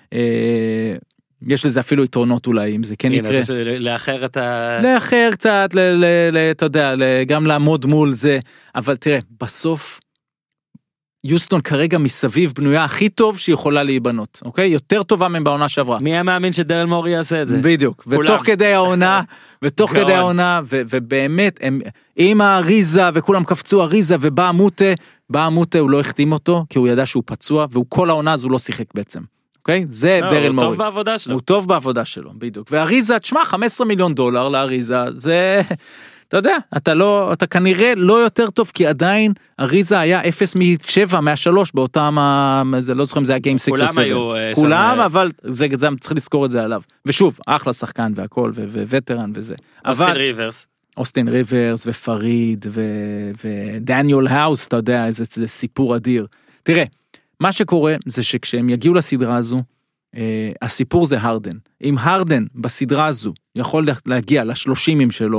יש לזה אפילו יתרונות אולי, אם זה כן יקרה. לאחר קצת, אתה יודע, גם לעמוד מול זה, אבל תראה, בסוף, יוסטון כרגע מסביב בנויה הכי טוב שיכולה להיבנות, אוקיי? יותר טובה מהם בעונה שעברה. מי היה מאמין שדרל מורי יעשה את זה? בדיוק, ותוך כדי העונה, ובאמת, עם הריזה, וכולם קפצו הריזה, ובא מוטה, הוא לא החתים אותו, כי הוא ידע שהוא פצוע, והוא כל העונה אז הוא לא שיחק בעצם. אוקיי? זה דרל מורי. הוא טוב בעבודה שלו. הוא טוב בעבודה שלו, בדיוק. והריזה, תשמע, $15 מיליון לאריזה, זה, אתה יודע, אתה כנראה לא יותר טוב, כי עדיין הריזה היה 0 מ-7, מה-3, באותם, זה לא זוכר אם זה היה גיים 6 או 7. כולם היו. כולם, אבל זה צריך לזכור את זה עליו. ושוב, אחלה שחקן והכל, ווטרן וזה. אוסטין ריברס, ופריד, ודניאל האוס, אתה יודע, זה סיפור אדיר. תראה, מה שקורה זה שכשהם יגיעו לסדרה הזו, הסיפור זה הרדן. אם הרדן בסדרה הזו יכול להגיע ל-30 שלו,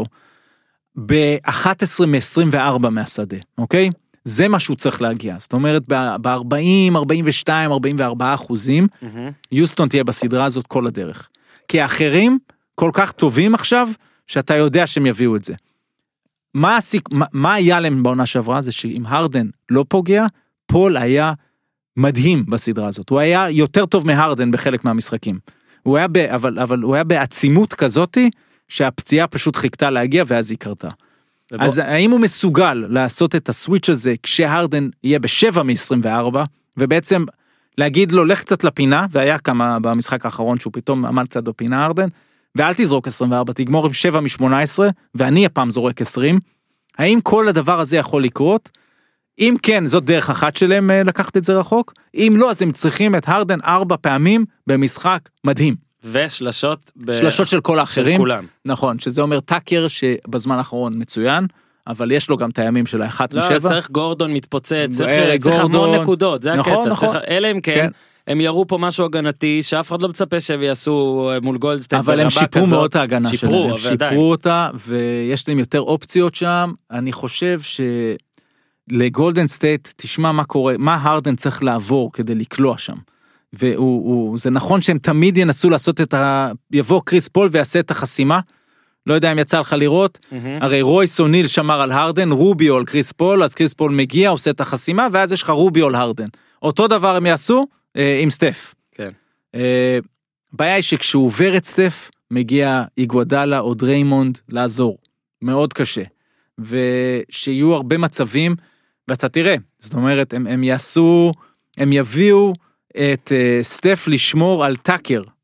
ב-11 מ-24 מהשדה, אוקיי? זה מה שהוא צריך להגיע. זאת אומרת, ב-40, 42, 44 אחוזים, יוסטון תהיה בסדרה הזאת כל הדרך. כי האחרים כל כך טובים עכשיו, שאתה יודע שהם יביאו את זה. מה היה להם בעונה שעברה? זה שאם הרדן לא פוגע, פול היה מדהים בסדרה הזאת. הוא היה יותר טוב מהרדן בחלק מהמשחקים. אבל הוא היה בעצימות כזאתי, שהפציעה פשוט חיכתה להגיע, ואז היא קרתה. אז האם הוא מסוגל לעשות את הסוויץ' הזה, כשהרדן יהיה ב7 מ-24, ובעצם להגיד לו, לך קצת לפינה, והיה כמה במשחק האחרון, שהוא פתאום עמד קצת בפינה הרדן, ואל תזרוק 24, תגמור עם 7 מ-18, ואני הפעם זורק 20, האם כל הדבר הזה יכול לקרות? אם כן, זאת דרך אחת שלהם לקחת את זה רחוק, אם לא, אז הם צריכים את הרדן 4 פעמים, במשחק מדהים. ושלשות של כל האחרים, כולם. נכון, שזה אומר טאקר שבזמן האחרון מצוין, אבל יש לו גם את הימים של ה-1 מ-7. לא, צריך גורדון מתפוצץ, צריך המון נקודות, זה הקטע, אלה אם כן, הם יראו פה משהו הגנתי, שאף אחד לא מצפה שהם יעשו מול גולדסטייט, אבל הם שיפרו מאוד את ההגנה שלהם, הם שיפרו אותה, ויש להם יותר אופציות שם, אני חושב שלגולדן סטייט, תשמע מה קורה, מה הרדן צריך לעבור כדי לקלוע שם, וזה נכון שהם תמיד ינסו לעשות יבוא קריס פול ויעשה את החסימה, לא יודע אם יצא לך לראות, הרי רויס אוניל שמר על הרדן, רוביו על קריס פול, אז קריס פול מגיע, עושה את החסימה, ואז יש לך רוביו על הרדן. אותו דבר הם יעשו עם סטף. כן. בעיה היא שכשהוא עובר את סטף, מגיע איגוודאלה או דריימונד לעזור. מאוד קשה. ושיהיו הרבה מצבים, ואתה תראה, זאת אומרת, הם יביאו את סטף לשמור על טאקר,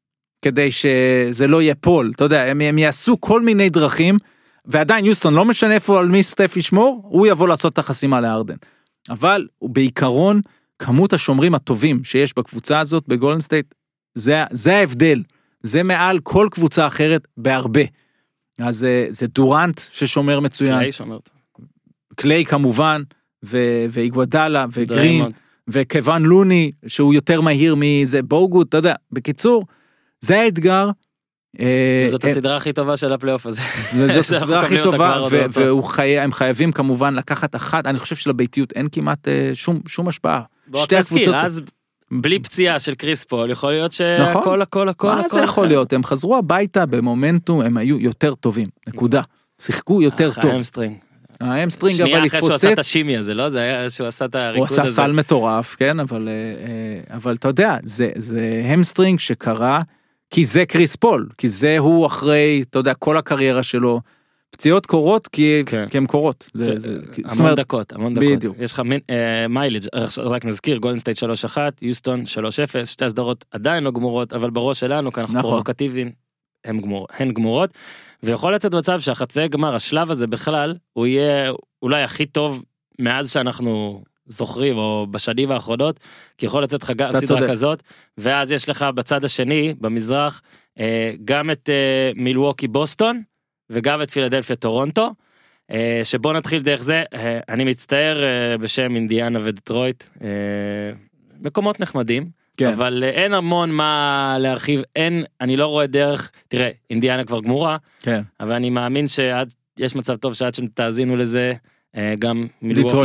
כדי שזה לא יהיה פול, אתה יודע, הם יעשו כל מיני דרכים, ועדיין יוסטון לא משנה איפה על מי סטף ישמור, הוא יבוא לעשות את החסימה לארדן. אבל בעיקרון, כמות השומרים הטובים שיש בקבוצה הזאת בגולדן סטייט, זה ההבדל, זה מעל כל קבוצה אחרת בהרבה. אז זה דורנט ששומר מצוין. קליי שומר. קליי כמובן, ואיגוודלה, וגרין, וכוון לוני, שהוא יותר מהיר מזה, בוגוט, אתה יודע, בקיצור, זה האתגר. זאת הסדרה הכי טובה של הפלייאוף הזה. זאת הסדרה הכי טובה, והם חייבים כמובן לקחת אחת, אני חושב שלביתיות אין כמעט שום השפעה. בוא תזכיר, אז בלי פציעה של קריס פול, יכול להיות שהכל, הכל. מה זה יכול להיות? הם חזרו הביתה במומנטום, הם היו יותר טובים, נקודה. שיחקו יותר טוב. האמסטרינג אבל שנייה אחרי שהוא עשה את התפוצץ. השימי הזה, לא? זה היה שהוא עשה את הריקוד הזה. הוא עשה סל מטורף, כן, אבל אתה יודע, זה המסטרינג שקרה, כי זה קריס פול, כי זה הוא אחרי, אתה יודע, כל הקריירה שלו, פציעות קורות כי הן קורות. המון דקות. בדיוק. יש לך מיילג', רק נזכיר, גולדן סטייט 3-1, יוסטון 3-0, שתי הסדרות עדיין לא גמורות, אבל בראש שלנו, כי אנחנו פרובוקטיביים, הן גמורות, ויכול לצאת מצב שהחצי גמר, השלב הזה בכלל, הוא יהיה אולי הכי טוב מאז שאנחנו זוכרים, או בשנים האחרונות, כי יכול לצאת סדרה כזאת, ואז יש לך בצד השני, במזרח, גם את מילווקי בוסטון, וגם את פילדלפיה טורונטו, שבוא נתחיל דרך זה, אני מצטער בשם אינדיאנה ודטרויט, מקומות נחמדים, כן. אבל אין המון מה להרחיב, אני לא רואה דרך, תראה, אינדיאנה כבר גמורה, כן. אבל אני מאמין שיש מצב טוב שעד שתאזינו לזה, גם מילווקי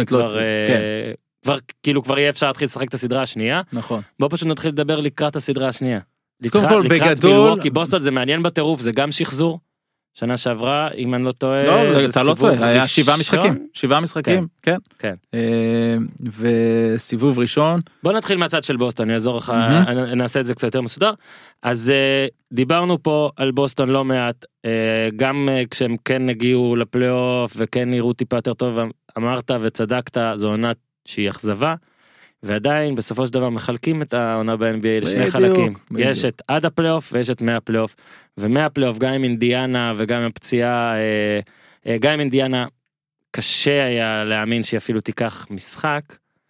כבר יהיה אפשר להתחיל לשחק את הסדרה השנייה, נכון. בוא פשוט נתחיל לדבר לקראת הסדרה השנייה, לקראת מילווקי, בוסטון זה מעניין בטירוף, זה גם שחזור, שנה שעברה, אם אני לא טועה, לא, אתה לא טועה, היה 7 משחקים, כן. וסיבוב ראשון. בוא נתחיל מהצד של בוסטון, אני אעזור לך, נעשה את זה קצת יותר מסודר. אז דיברנו פה על בוסטון לא מעט, גם כשהם כן הגיעו לפלייאוף, וכן נראו טיפה יותר טוב, אמרת וצדקת, זו עונה שהיא אכזבה, ועדיין בסופו של דבר מחלקים את העונה ב-NBA לשני חלקים. יש את עד הפלייאוף ויש את מהפלייאוף, ומהפלייאוף גם עם אינדיאנה וגם עם הפציעה, גם עם אינדיאנה קשה היה להאמין שהיא אפילו תיקח משחק,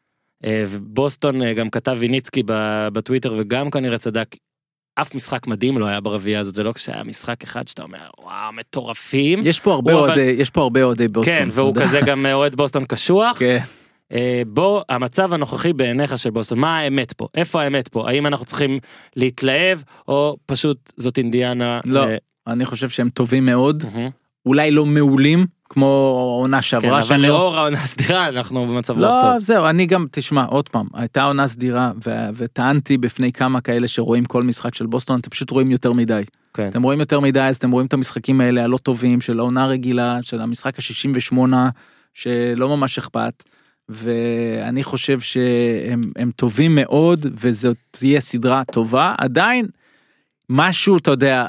ובוסטון גם כתב ויניצקי בטוויטר וגם כנראה צדק, אף משחק מדהים לא היה ברביעייה הזאת, זה לא כשהיה משחק אחד שאתה אומר, וואו, מטורפים. יש פה הרבה אוהדי בוסטון. כן, והוא כזה גם אוהד בוסטון קשוח. כן. בוא, המצב הנוכחי בעיניך של בוסטון, מה האמת פה? איפה האמת פה? האם אנחנו צריכים להתלהב, או פשוט זאת אינדיאנה? לא, אני חושב שהם טובים מאוד, אולי לא מעולים, כמו עונה שעברה. כן, אבל לאור העונה סדירה, אנחנו במצב לא טוב. לא, זהו, אני גם, תשמע, עוד פעם, הייתה עונה סדירה, וטענתי בפני כמה כאלה שרואים כל משחק של בוסטון, אתם פשוט רואים יותר מדי. אתם רואים יותר מדי, אז אתם רואים את המשחקים האלה הלא טובים, של העונה רגילה, של המשחק ה-68, שלא ממש אכפת. ואני חושב שהם טובים מאוד, וזאת תהיה סדרה טובה, עדיין משהו, אתה יודע,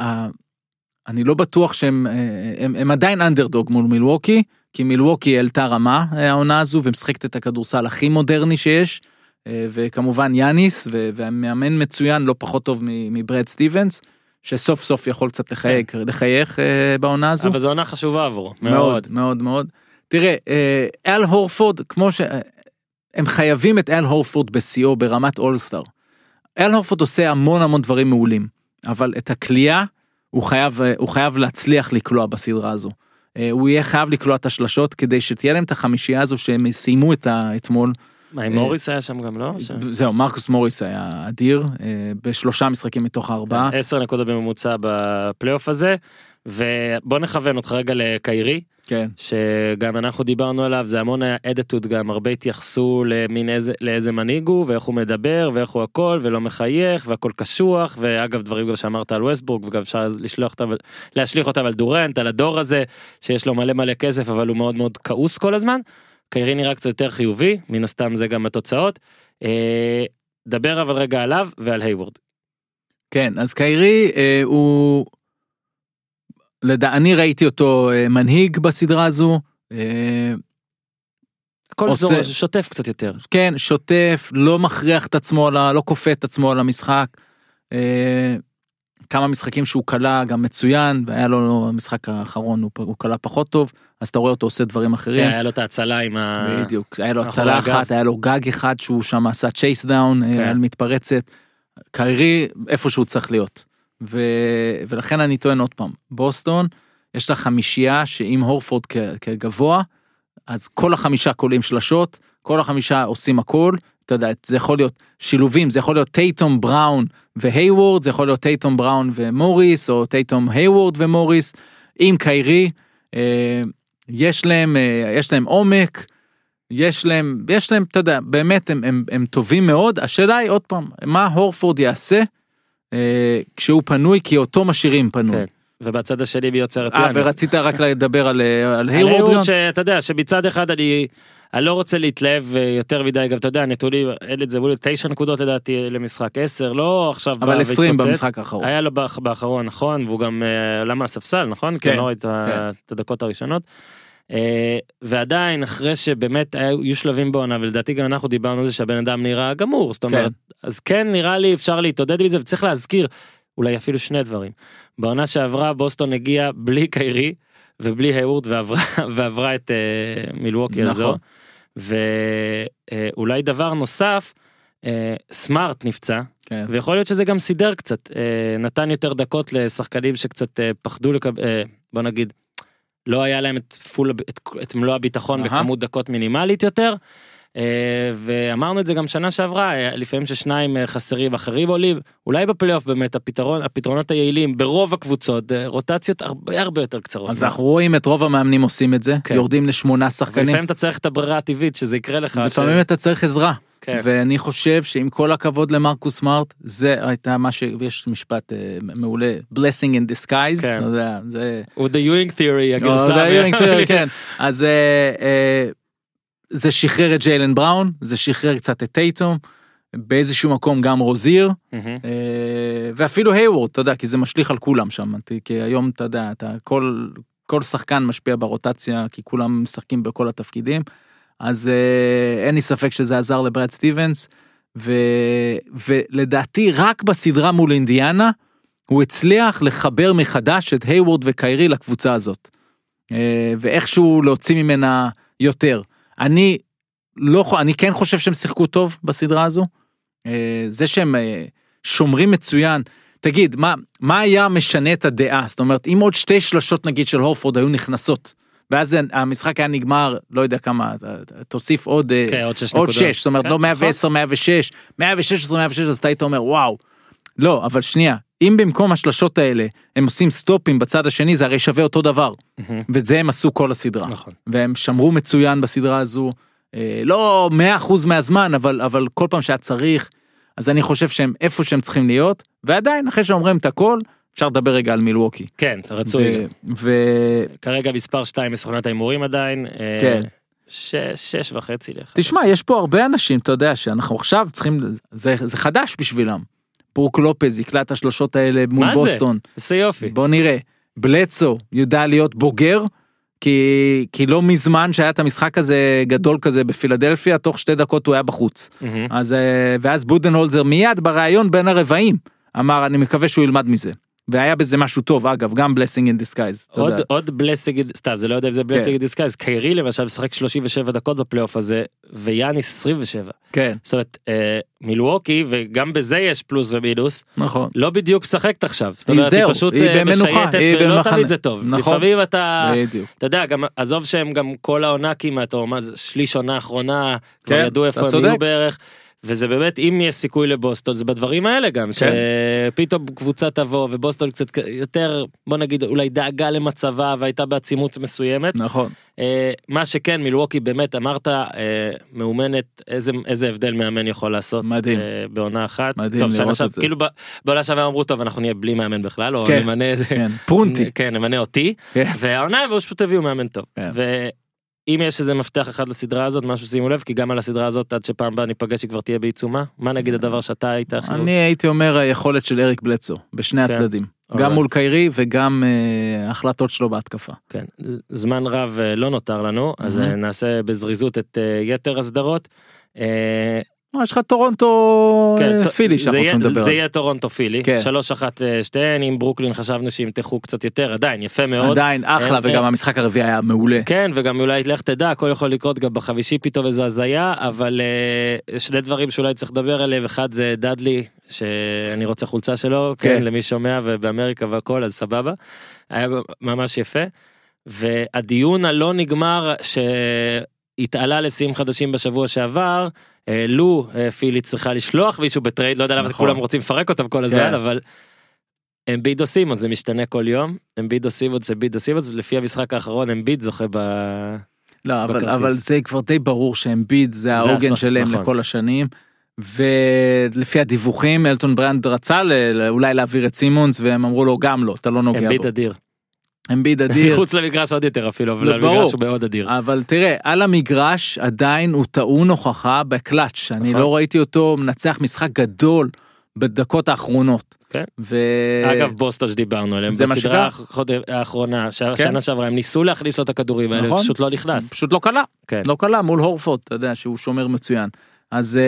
אני לא בטוח שהם עדיין אנדרדוג מול מילווקי, כי מילווקי העלתה רמה העונה הזו, ומשחקת את הכדורסל הכי מודרני שיש, וכמובן יאניס, והמאמן מצוין, לא פחות טוב מברד סטיבנס, שסוף סוף יכול קצת לחייך בעונה הזו. אבל זו עונה חשובה עבורו, מאוד, מאוד, מאוד. תראה, אל הורפורד, כמו שהם חייבים את אל הורפורד בסיאו ברמת אולסטאר. אל הורפורד עושה המון דברים מעולים, אבל את הקליעה הוא חייב להצליח לקלוע בסדרה הזו. הוא יהיה חייב לקלוע את השלשות, כדי שתהיה להם את החמישייה הזו שהם סיימו את אתמול. מה, מוריס היה שם גם לא? זהו, מרקוס מוריס היה אדיר, ב3 משחקים מתוך 4. 10 נקודות בממוצע בפלייאוף הזה, ובוא נכוון אותך רגע לקיירי, כן. שגם אנחנו דיברנו עליו, זה המון היה אדטוד גם, הרבה התייחסו לאיזה מנהיג הוא, ואיך הוא מדבר, ואיך הוא הכל, ולא מחייך, והכל קשוח, ואגב דברים גם שאמרת על ווסטבורג, וגם אפשר להשליך אותם על דורנט, על הדור הזה, שיש לו מלא כסף, אבל הוא מאוד מאוד כעוס כל הזמן, קיירי נראה קצת יותר חיובי, מן הסתם זה גם התוצאות, דבר אבל רגע עליו, ועל הייוורד. כן, אז קיירי הוא... אני ראיתי אותו מנהיג בסדרה הזו. הכל זו שוטף קצת יותר. כן, שוטף, לא מכריח את עצמו, לא כופה את עצמו על המשחק. כמה משחקים שהוא קלה גם מצוין, והיה לו המשחק האחרון, הוא קלה פחות טוב, אז אתה רואה אותו עושה דברים אחרים. היה לו את ההצלה עם ה... בדיוק, היה לו הצלה אחת, היה לו גג אחד שהוא שם עשה צ'ייס דאון, על מתפרצת, קיירי איפה שהוא צריך להיות. ולכן אני טוען עוד פעם, בוסטון, יש לה חמישייה שאם הורפורד כגבוה, אז כל החמישה קולים שלשות, כל החמישה עושים הכל, אתה יודע, זה יכול להיות שילובים, זה יכול להיות טייטום, בראון והייוורד, זה יכול להיות טייטום, בראון ומוריס, או טייטום, הייוורד ומוריס, עם קיירי, יש להם עומק, יש להם, אתה יודע, באמת הם טובים מאוד, השאלה היא עוד פעם, מה הורפורד יעשה, כשהוא פנוי, כי אותו משאירים פנוי. כן. ובצד השני מי יוצר את יאניס. ורצית רק לדבר על הייוורד? הייוורד שאתה יודע, שבצד אחד אני לא רוצה להתלהב יותר מדי, גם אתה יודע, נתונים, אין את זה, 9 נקודות לדעתי למשחק, 10, לא עכשיו... אבל 20 במשחק האחרון. היה לו באחרון, נכון, והוא גם, למה הספסל, נכון? כן. כי לא את הדקות הראשונות. ועדיין, אחרי שבאמת היו שלבים בעונה, ולדעתי גם אנחנו דיברנו על זה שהבן אדם נראה גמור, זאת אומרת, אז כן, נראה לי אפשר להתעודד בזה, וצריך להזכיר, אולי אפילו שני דברים. בעונה שעברה, בוסטון הגיע בלי קיירי, ובלי הייוורד, ועברה את מילווקי הזו. ואולי דבר נוסף, סמארט נפצע, ויכול להיות שזה גם סידר קצת, נתן יותר דקות לשחקנים שקצת פחדו בוא נגיד, לא היה להם את מלוא הביטחון בכמות דקות מינימלית יותר, ואמרנו את זה גם שנה שעברה, לפעמים ששניים חסרים אחרים עולים, אולי בפלייאוף באמת הפתרונות היעילים ברוב הקבוצות, רוטציות הרבה יותר קצרות. אז אנחנו רואים את רוב המאמנים עושים את זה, יורדים ל8 שחקנים. לפעמים אתה צריך את הברירה הטבעית שזה יקרה לך. לפעמים אתה צריך עזרה, ואני חושב שעם כל הכבוד למרקוס סמארט, זה הייתה מה שיש משפט מעולה, blessing in disguise, זה... או the Ewing theory, הגרסה. כן, אז זה שחרר את ג'יילן בראון, זה שחרר קצת את טייטום, באיזשהו מקום גם רוזיר, ואפילו הייוורד, אתה יודע, כי זה משליך על כולם שם, כי היום אתה יודע, כל שחקן משפיע ברוטציה, כי כולם משחקים בכל התפקידים, אז אין לי ספק שזה עזר לברד סטיבנס, ולדעתי רק בסדרה מול אינדיאנה, הוא הצליח לחבר מחדש את הייוורד וקיירי לקבוצה הזאת, ואיכשהו להוציא ממנה יותר. אני כן חושב שהם שיחקו טוב בסדרה הזו, זה שהם שומרים מצוין, תגיד, מה היה משנה את הדעה? זאת אומרת, אם עוד 2 שלשות נגיד של הורפורד היו נכנסות, ואז המשחק היה נגמר, לא יודע כמה, תוסיף עוד 6, זאת אומרת, לא 110, 106, 116, 116, אז אתה היית אומר, וואו, לא, אבל שנייה, אם במקום השלשות האלה, הם עושים סטופים בצד השני, זה הרי שווה אותו דבר, ואת זה הם עשו כל הסדרה, והם שמרו מצוין בסדרה הזו, לא 100% מהזמן, אבל כל פעם שהיה צריך, אז אני חושב שהם איפה שהם צריכים להיות, ועדיין, אחרי שאומרים את הכל, אפשר לדבר רגע על מילווקי. כן, רצוי. כרגע מספר 2 בסוכנות ההימורים עדיין, 6.5 לך. תשמע, יש פה הרבה אנשים, אתה יודע, שאנחנו עכשיו צריכים, זה חדש בשבילם. ברוק לופז יקלע את השלושות האלה מול בוסטון. זה יופי. בוא נראה. בלצו יודע להיות בוגר, כי לא מזמן שהיה את המשחק הזה גדול כזה בפילדלפיה, תוך 2 דקות הוא היה בחוץ. ואז בודנהולזר מיד ברעיון בין הרבעים, אמר אני מקווה שהוא ילמד מזה. והיה בזה משהו טוב, אגב, גם blessing in disguise. עוד blessing, סתם, זה לא יודע אם זה blessing in disguise, קיירי למשל משחק 37 דקות בפלייאוף הזה, ויאניס 27. כן. זאת אומרת, מילווקי, וגם בזה יש פלוס ומינוס, נכון. לא בדיוק משחקת עכשיו. זאת אומרת, היא פשוט משייטת, ולא תמיד זה טוב. לפעמים אתה יודע, גם, עזוב שהם גם כל העונה כמעט, או מה זה, שליש עונה האחרונה, כבר ידעו איפה הם יהיו בערך, וזה באמת, אם יש סיכוי לבוסטון, זה בדברים האלה גם, שפתאום קבוצה תבוא, ובוסטון קצת יותר, בוא נגיד, אולי דאגה למצבה, והייתה בעצימות מסוימת. נכון. מה שכן, מילווקי באמת, אמרת, מאומנת, איזה הבדל מאמן יכול לעשות. מדהים. בעונה אחת. מדהים לראות את זה. כאילו, בעונה שעברה אמרו, טוב, אנחנו נהיה בלי מאמן בכלל, או נמנה איזה... פונטי. כן, נמנה אותי. והעונה, הם פשוט הביאו מאמן טוב. אם יש איזה מפתח אחד לסדרה הזאת, משהו שימו לב, כי גם על הסדרה הזאת, עד שפעם הבאה ניפגש היא כבר תהיה בעיצומה, מה נגיד הדבר שאתה היית? אני הייתי אומר היכולת של אריק בלצו, בשני הצדדים, גם מול קיירי וגם החלטות שלו בהתקפה. כן, זמן רב לא נותר לנו, אז נעשה בזריזות את יתר הסדרות. יש לך טורונטו כן, פילי שאנחנו רוצים לדבר. זה יהיה טורונטו פילי, כן. 3-1 לשתיהן, עם ברוקלין חשבנו שימתחו קצת יותר, עדיין יפה מאוד. עדיין אחלה, וגם המשחק הרביעי היה מעולה. כן, וגם אולי לך תדע, הכל יכול לקרות גם בחמישי פתאום איזו הזיה, אבל שני דברים שאולי צריך לדבר עליהם, אחד זה דאדלי, שאני רוצה חולצה שלו, כן, למי שומע ובאמריקה והכל, אז סבבה, היה ממש יפה, והדיון הלא נגמר שהתעלה לשיאים חדשים בשבוע שעבר, לו פילי צריכה לשלוח מישהו בטרייד, לא יודע למה כולם רוצים לפרק אותם כל הזמן, אבל אמביד או סימונס, זה משתנה כל יום, אמביד או סימונס, לפי המשחק האחרון אמביד זוכה לא, אבל זה כבר די ברור שאמביד זה העוגן שלהם לכל השנים, ולפי הדיווחים אלטון ברנד רצה אולי להעביר את סימונס, והם אמרו לו גם לא, אתה לא נוגע בו. אמביד אדיר. אמביד אדיר. חוץ למגרש עוד יותר אפילו, אבל המגרש הוא מאוד אדיר. אבל תראה, על המגרש עדיין הוא טעון הוכחה בקלאץ', אני לא ראיתי אותו מנצח משחק גדול בדקות האחרונות. כן. אגב בוסטון שדיברנו עליהם, בסדרה האחרונה, שנה שעברה, הם ניסו להכניס לו את הכדורים האלה, פשוט לא נכנס. פשוט לא קלה, לא קלה מול הורפורד, אתה יודע שהוא שומר מצוין. אז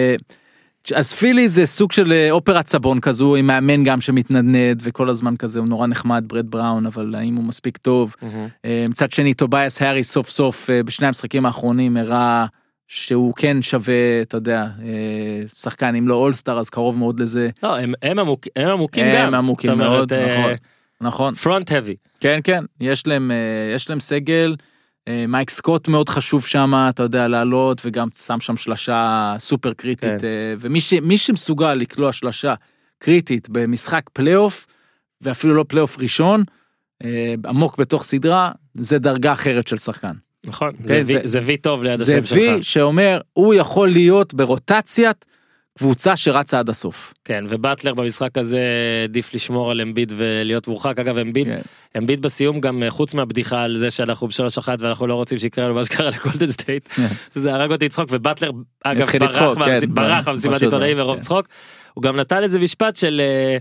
פילי זה סוג של אופרת סבון כזו, עם מאמן גם שמתנדנד, וכל הזמן כזה הוא נורא נחמד, ברד בראון, אבל האם הוא מספיק טוב. מצד שני, טובייס הארי סוף סוף, בשני המשחקים האחרונים, הראה שהוא כן שווה, אתה יודע, שחקן, אם לא אולסטאר, אז קרוב מאוד לזה. לא, הם עמוקים גם. הם עמוקים מאוד, נכון. פרונט האבי. כן, כן, יש להם סגל, מייק סקוט מאוד חשוב שם, אתה יודע, לעלות, וגם שם שם שלשה סופר קריטית, ומי שמסוגל לקלוע שלשה קריטית במשחק פלייאוף, ואפילו לא פלייאוף ראשון, עמוק בתוך סדרה, זה דרגה אחרת של שחקן. נכון, זה וי טוב ליד השם שלך. זה וי שאומר, הוא יכול להיות ברוטציית קבוצה שרצה עד הסוף. כן, ובטלר במשחק הזה עדיף לשמור על אמביד ולהיות מורחק. אגב, אמביד בסיום גם חוץ מהבדיחה על זה שאנחנו ב3-1 ואנחנו לא רוצים שיקרה לו מה שקרה לגולדן סטייט, שזה הרג אותי צחוק, ובטלר אגב ברח במסיבת עיתונאים מרוב צחוק, הוא גם נתן איזה משפט של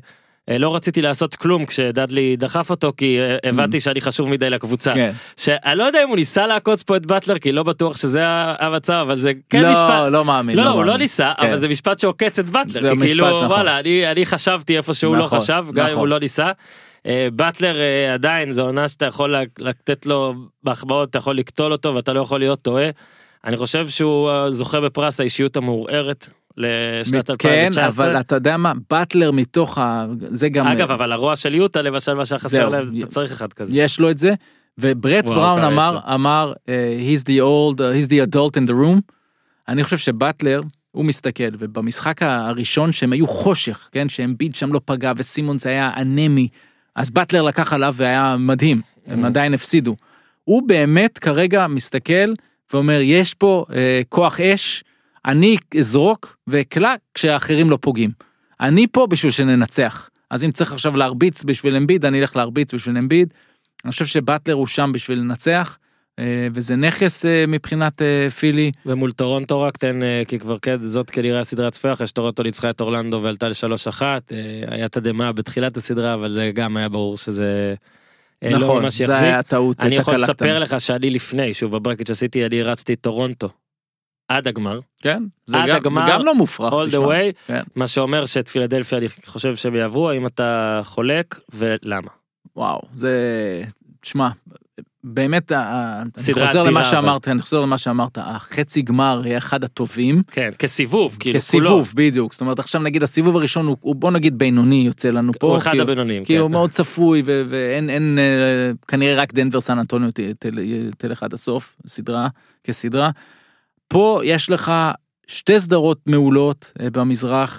לא רציתי לעשות כלום כשדדלי דחף אותו, כי הבנתי שאני חשוב מדי לקבוצה. שאני לא יודע אם הוא ניסה לעקוץ פה את בטלר, כי לא בטוח שזה המצב, אבל זה כן משפט. לא מאמין. לא, הוא לא ניסה, אבל זה משפט שעוקץ את בטלר. כי כאילו, וואלה, אני חשבתי איפה שהוא לא חשב, גם אם הוא לא ניסה. בטלר עדיין, זו עונה שאתה יכול לתת לו בהחבאות, אתה יכול לקטול אותו, ואתה לא יכול להיות טועה. אני חושב שהוא זוכה בפרס האישיות המעורערת. לשנת 2019. כן, אבל אתה יודע מה, בטלר מתוך זה גם... אגב, אבל הרוע של יוטה, למשל מה שחסר להם, אתה צריך אחד כזה. יש לו את זה, וברט בראון אמר, he's the adult in the room, אני חושב שבטלר, הוא מסתכל, ובמשחק הראשון שהם היו חושך, כן, שאמביד שם לא פגע, וסימונס היה אנמי, אז בטלר לקח עליו והיה מדהים, הם עדיין הפסידו. הוא באמת כרגע מסתכל, ואומר, יש פה כוח אש, אני אזרוק ואקלה כשאחרים לא פוגעים. אני פה בשביל שננצח. אז אם צריך עכשיו להרביץ בשביל אמביד, אני אלך להרביץ בשביל אמביד. אני חושב שבטלר הוא שם בשביל לנצח, וזה נכס מבחינת פילי. ומול טורונטו רק תן, כי כבר כן, זאת כנראה הסדרה הצפויה, אחרי שטורונטו ניצחה את אורלנדו ועלתה ל3-1, היה תדמה בתחילת הסדרה, אבל זה גם היה ברור שזה... נכון, לא זה היה טעות. אני יכול לספר לך שאני לפני, שוב בברקט שעשיתי, אני רצתי טורונטו. עד הגמר. כן, זה גם לא מופרך. all the way, מה שאומר שאת פילדלפיה אני חושב שהם יעברו, האם אתה חולק ולמה. וואו, זה, תשמע, באמת, אני חוזר למה שאמרת, החצי גמר יהיה אחד הטובים. כן, כסיבוב. כסיבוב, בדיוק. זאת אומרת, עכשיו נגיד הסיבוב הראשון, הוא בוא נגיד בינוני יוצא לנו פה. הוא אחד הבינונים. כי הוא מאוד צפוי, ואין, כנראה רק דנבר סן אנטוניו תלך עד הסוף, כסדרה. פה יש לך שתי סדרות מעולות במזרח,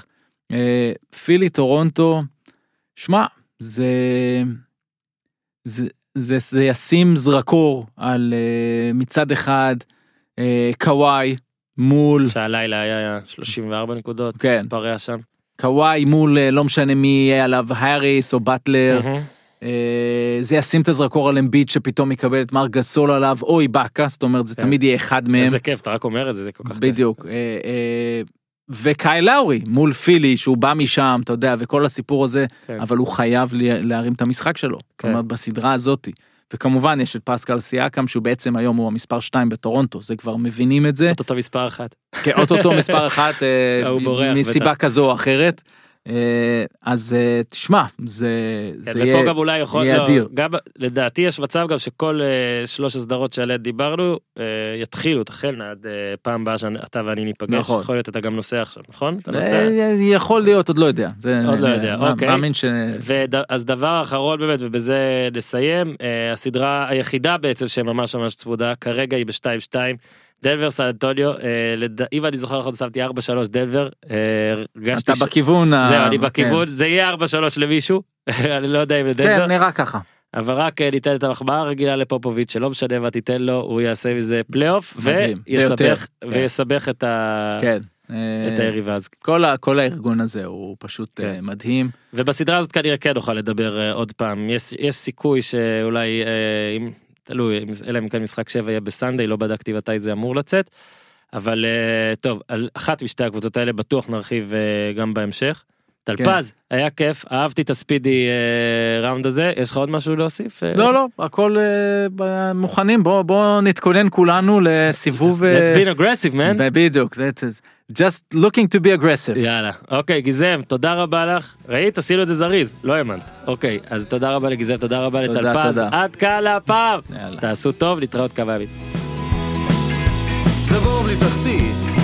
פילי טורונטו, שמע, זה ישים זרקור על מצד אחד, קוואי מול... שהלילה היה 34 נקודות, כן. פרע שם. קוואי מול לא משנה מי יהיה עליו, האריס או בטלר, זה ישים את הזרקור על אמביד שפתאום יקבל את מר גסול עליו, או איבאקה, זאת אומרת, זה תמיד יהיה אחד מהם. איזה כיף, אתה רק אומר את זה, זה כל כך כיף. בדיוק. וקאי לאורי, מול פילי, שהוא בא משם, אתה יודע, וכל הסיפור הזה, אבל הוא חייב להרים את המשחק שלו, זאת אומרת, בסדרה הזאת. וכמובן יש את פסקל סייקם, שהוא בעצם היום הוא המספר 2 בטורונטו, זה כבר מבינים את זה. אותו מספר 1. כן, אותו מספר 1, מסיבה כזו או אחרת. אז תשמע, זה ופה גם אולי יהיה אדיר. לדעתי יש מצב גם שכל 3 הסדרות שעליהן דיברנו, יתחילו, תחלנה עד פעם הבאה שאתה ואני ניפגש, יכול להיות אתה גם נוסע עכשיו, נכון? יכול להיות, עוד לא יודע. עוד לא יודע, אוקיי. מאמין ש... אז דבר אחרון באמת, ובזה נסיים, הסדרה היחידה בעצם שממש ממש צמודה, כרגע היא ב-2-2, דלבר סן אנטוניו, אם אני זוכר נכון, שמתי 4-3 דלבר, אתה בכיוון, זהו, אני בכיוון, זה יהיה 4-3 למישהו, אני לא יודע אם לדלבר, כן, נראה ככה, אבל רק ניתן את המחמאה הרגילה לפופוביץ', שלא משנה מה תיתן לו, הוא יעשה מזה פלייאוף, ויסבך את היריבה הזו. כל הארגון הזה הוא פשוט מדהים. ובסדרה הזאת כנראה כן נוכל לדבר עוד פעם, יש סיכוי שאולי, תלוי, אלא אם כן משחק 7 יהיה בסנדיי, לא בדקתי מתי זה אמור לצאת, אבל טוב, על אחת משתי הקבוצות האלה בטוח נרחיב גם בהמשך. טלפז, היה כיף, אהבתי את הספידי ראונד הזה, יש לך עוד משהו להוסיף? לא, הכל מוכנים, בוא נתכונן כולנו לסיבוב... Let's be aggressive, man. בדיוק, just looking to be aggressive. יאללה, אוקיי, גיזם, תודה רבה לך, ראית, עשינו את זה זריז, לא האמנת. אוקיי, אז תודה רבה לגיזם, תודה רבה לטלפז, עד כאן להפעם. תעשו טוב, להתראות כמה ימים. זה בור בלי תחתית